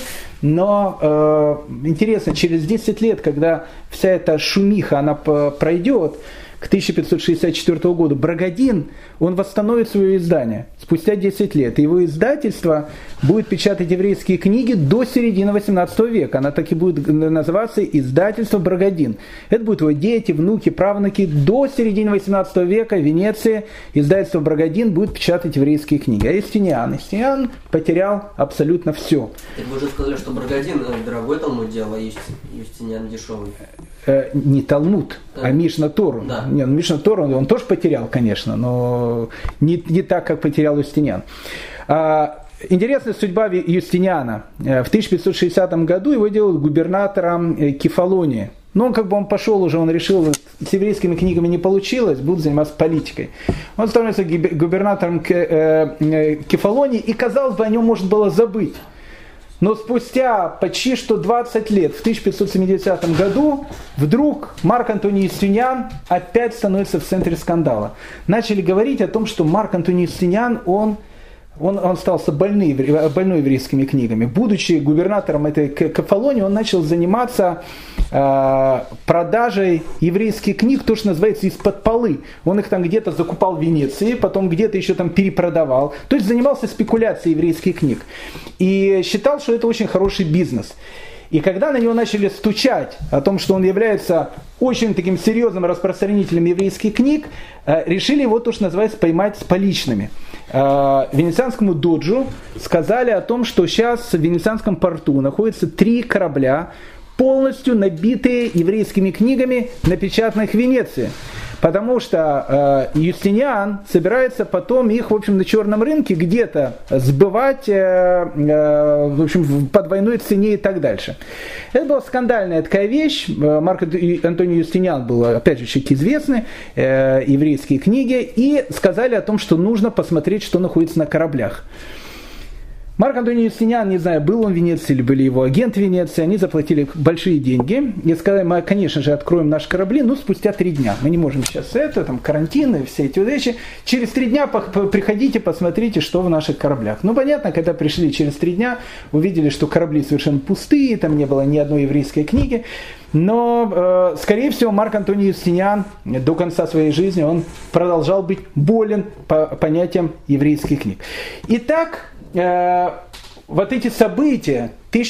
но интересно, через 10 лет, когда вся эта шумиха она пройдет, к 1564 году, Брагадин, он восстановит свое издание спустя 10 лет. Его издательство будет печатать еврейские книги до середины 18 века. Она так и будет называться «Издательство Брагадин». Это будут его дети, внуки, правнуки. До середины 18 века в Венеции издательство Брагадин будет печатать еврейские книги. А Юстиниан потерял абсолютно все. Так вы же сказали, что Брагадин дорогой Талмуд делал, а Юстиниан дешевый. Не Талмуд, а Мишна Тору. Да. Не, Мишна Тору он тоже потерял, конечно, но не так, как потерял Юстиниан. Интересная судьба Юстиниана. В 1560 году его делают губернатором Кефалонии. Но он пошел уже, он решил, с еврейскими книгами не получилось, буду заниматься политикой. Он становится губернатором Кефалонии, и, казалось бы, о нем можно было забыть. Но спустя почти что 20 лет, в 1570 году, вдруг Марк Антоний Юстиниан опять становится в центре скандала. Начали говорить о том, что Марк Антоний Юстиниан, он остался больной еврейскими книгами. Будучи губернатором этой Кефалонии, он начал заниматься продажей еврейских книг, то, что называется, из-под полы. Он их там где-то закупал в Венеции, потом где-то еще там перепродавал. То есть занимался спекуляцией еврейских книг. И считал, что это очень хороший бизнес. И когда на него начали стучать о том, что он является очень таким серьезным распространителем еврейских книг, решили его, то, что называется, поймать с поличными. Венецианскому доджу сказали о том, что сейчас в Венецианском порту находятся 3 корабля, полностью набитые еврейскими книгами, напечатанных в Венеции. Потому что Юстиниан собирается потом их, в общем, на черном рынке где-то сбывать, в общем, по двойной цене и так дальше. Это была скандальная такая вещь. Марк Антоний Юстиниан был, опять же, человек известный, еврейские книги, и сказали о том, что нужно посмотреть, что находится на кораблях. Марк Антоний Юстиниан, не знаю, был он в Венеции или были его агенты в Венеции, они заплатили большие деньги и сказали, мы, конечно же, откроем наши корабли, но спустя 3 дня. Мы не можем сейчас карантин и все эти вещи. Через 3 дня приходите, посмотрите, что в наших кораблях. Ну, понятно, когда пришли через 3 дня, увидели, что корабли совершенно пустые, там не было ни одной еврейской книги. Но, скорее всего, Марк Антоний Юстиниан до конца своей жизни он продолжал быть болен по понятиям еврейских книг. Итак, вот эти события,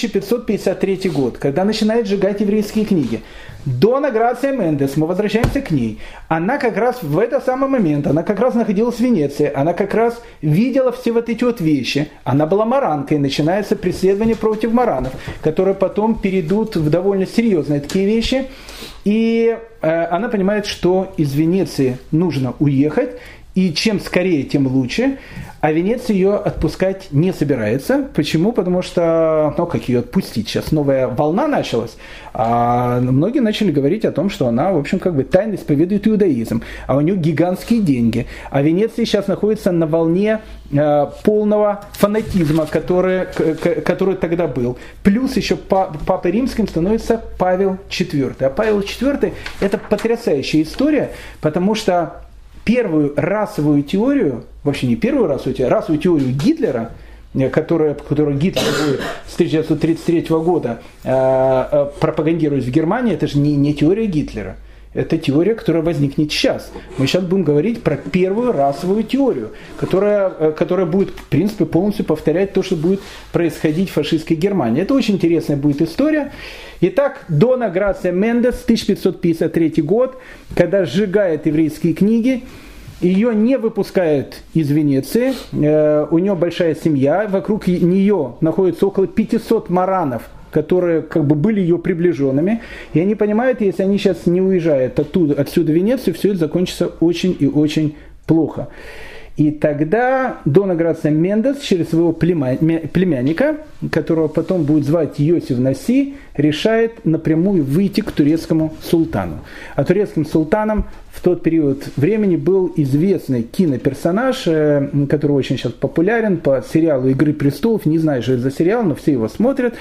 1553 год, когда начинает сжигать еврейские книги, Дона Грация Мендес, мы возвращаемся к ней, она как раз в этот самый момент, она как раз находилась в Венеции, она как раз видела все вот эти вот вещи, она была маранкой, начинается преследование против маранов, которые потом перейдут в довольно серьезные такие вещи, и она понимает, что из Венеции нужно уехать, и чем скорее, тем лучше. А Венеция ее отпускать не собирается. Почему? Потому что, как ее отпустить? Сейчас новая волна началась. А многие начали говорить о том, что она, в общем, тайно исповедует иудаизм. А у нее гигантские деньги. А Венеция сейчас находится на волне полного фанатизма, который тогда был. Плюс еще Папой Римским становится Павел IV. А Павел IV – это потрясающая история, потому что первую расовую теорию, вообще не первую расовую теорию Гитлера, которую Гитлер будет с 1933 года пропагандировать в Германии, это же не теория Гитлера. Это теория, которая возникнет сейчас. Мы сейчас будем говорить про первую расовую теорию, которая будет, в принципе, полностью повторять то, что будет происходить в фашистской Германии. Это очень интересная будет история. Итак, Дона Грация Мендес, 1553 год, когда сжигает еврейские книги, ее не выпускают из Венеции, у нее большая семья, вокруг нее находится около 500 маранов, которые были ее приближенными, и они понимают, если они сейчас не уезжают отсюда в Венецию, все это закончится очень и очень плохо. И тогда Дона Грация Мендес через своего племянника, которого потом будет звать Йосиф Наси, решает напрямую выйти к турецкому султану. А турецким султаном в тот период времени был известный киноперсонаж, который очень сейчас популярен по сериалу «Игры престолов». Не знаю, что это за сериал, но все его смотрят.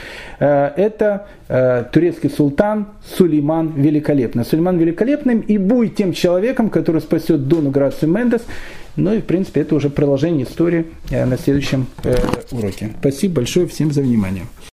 Это турецкий султан Сулейман Великолепный. Сулейман Великолепный и будет тем человеком, который спасет Дону Грацию Мендес. Ну и, в принципе, это уже продолжение истории на следующем уроке. Спасибо большое всем за внимание.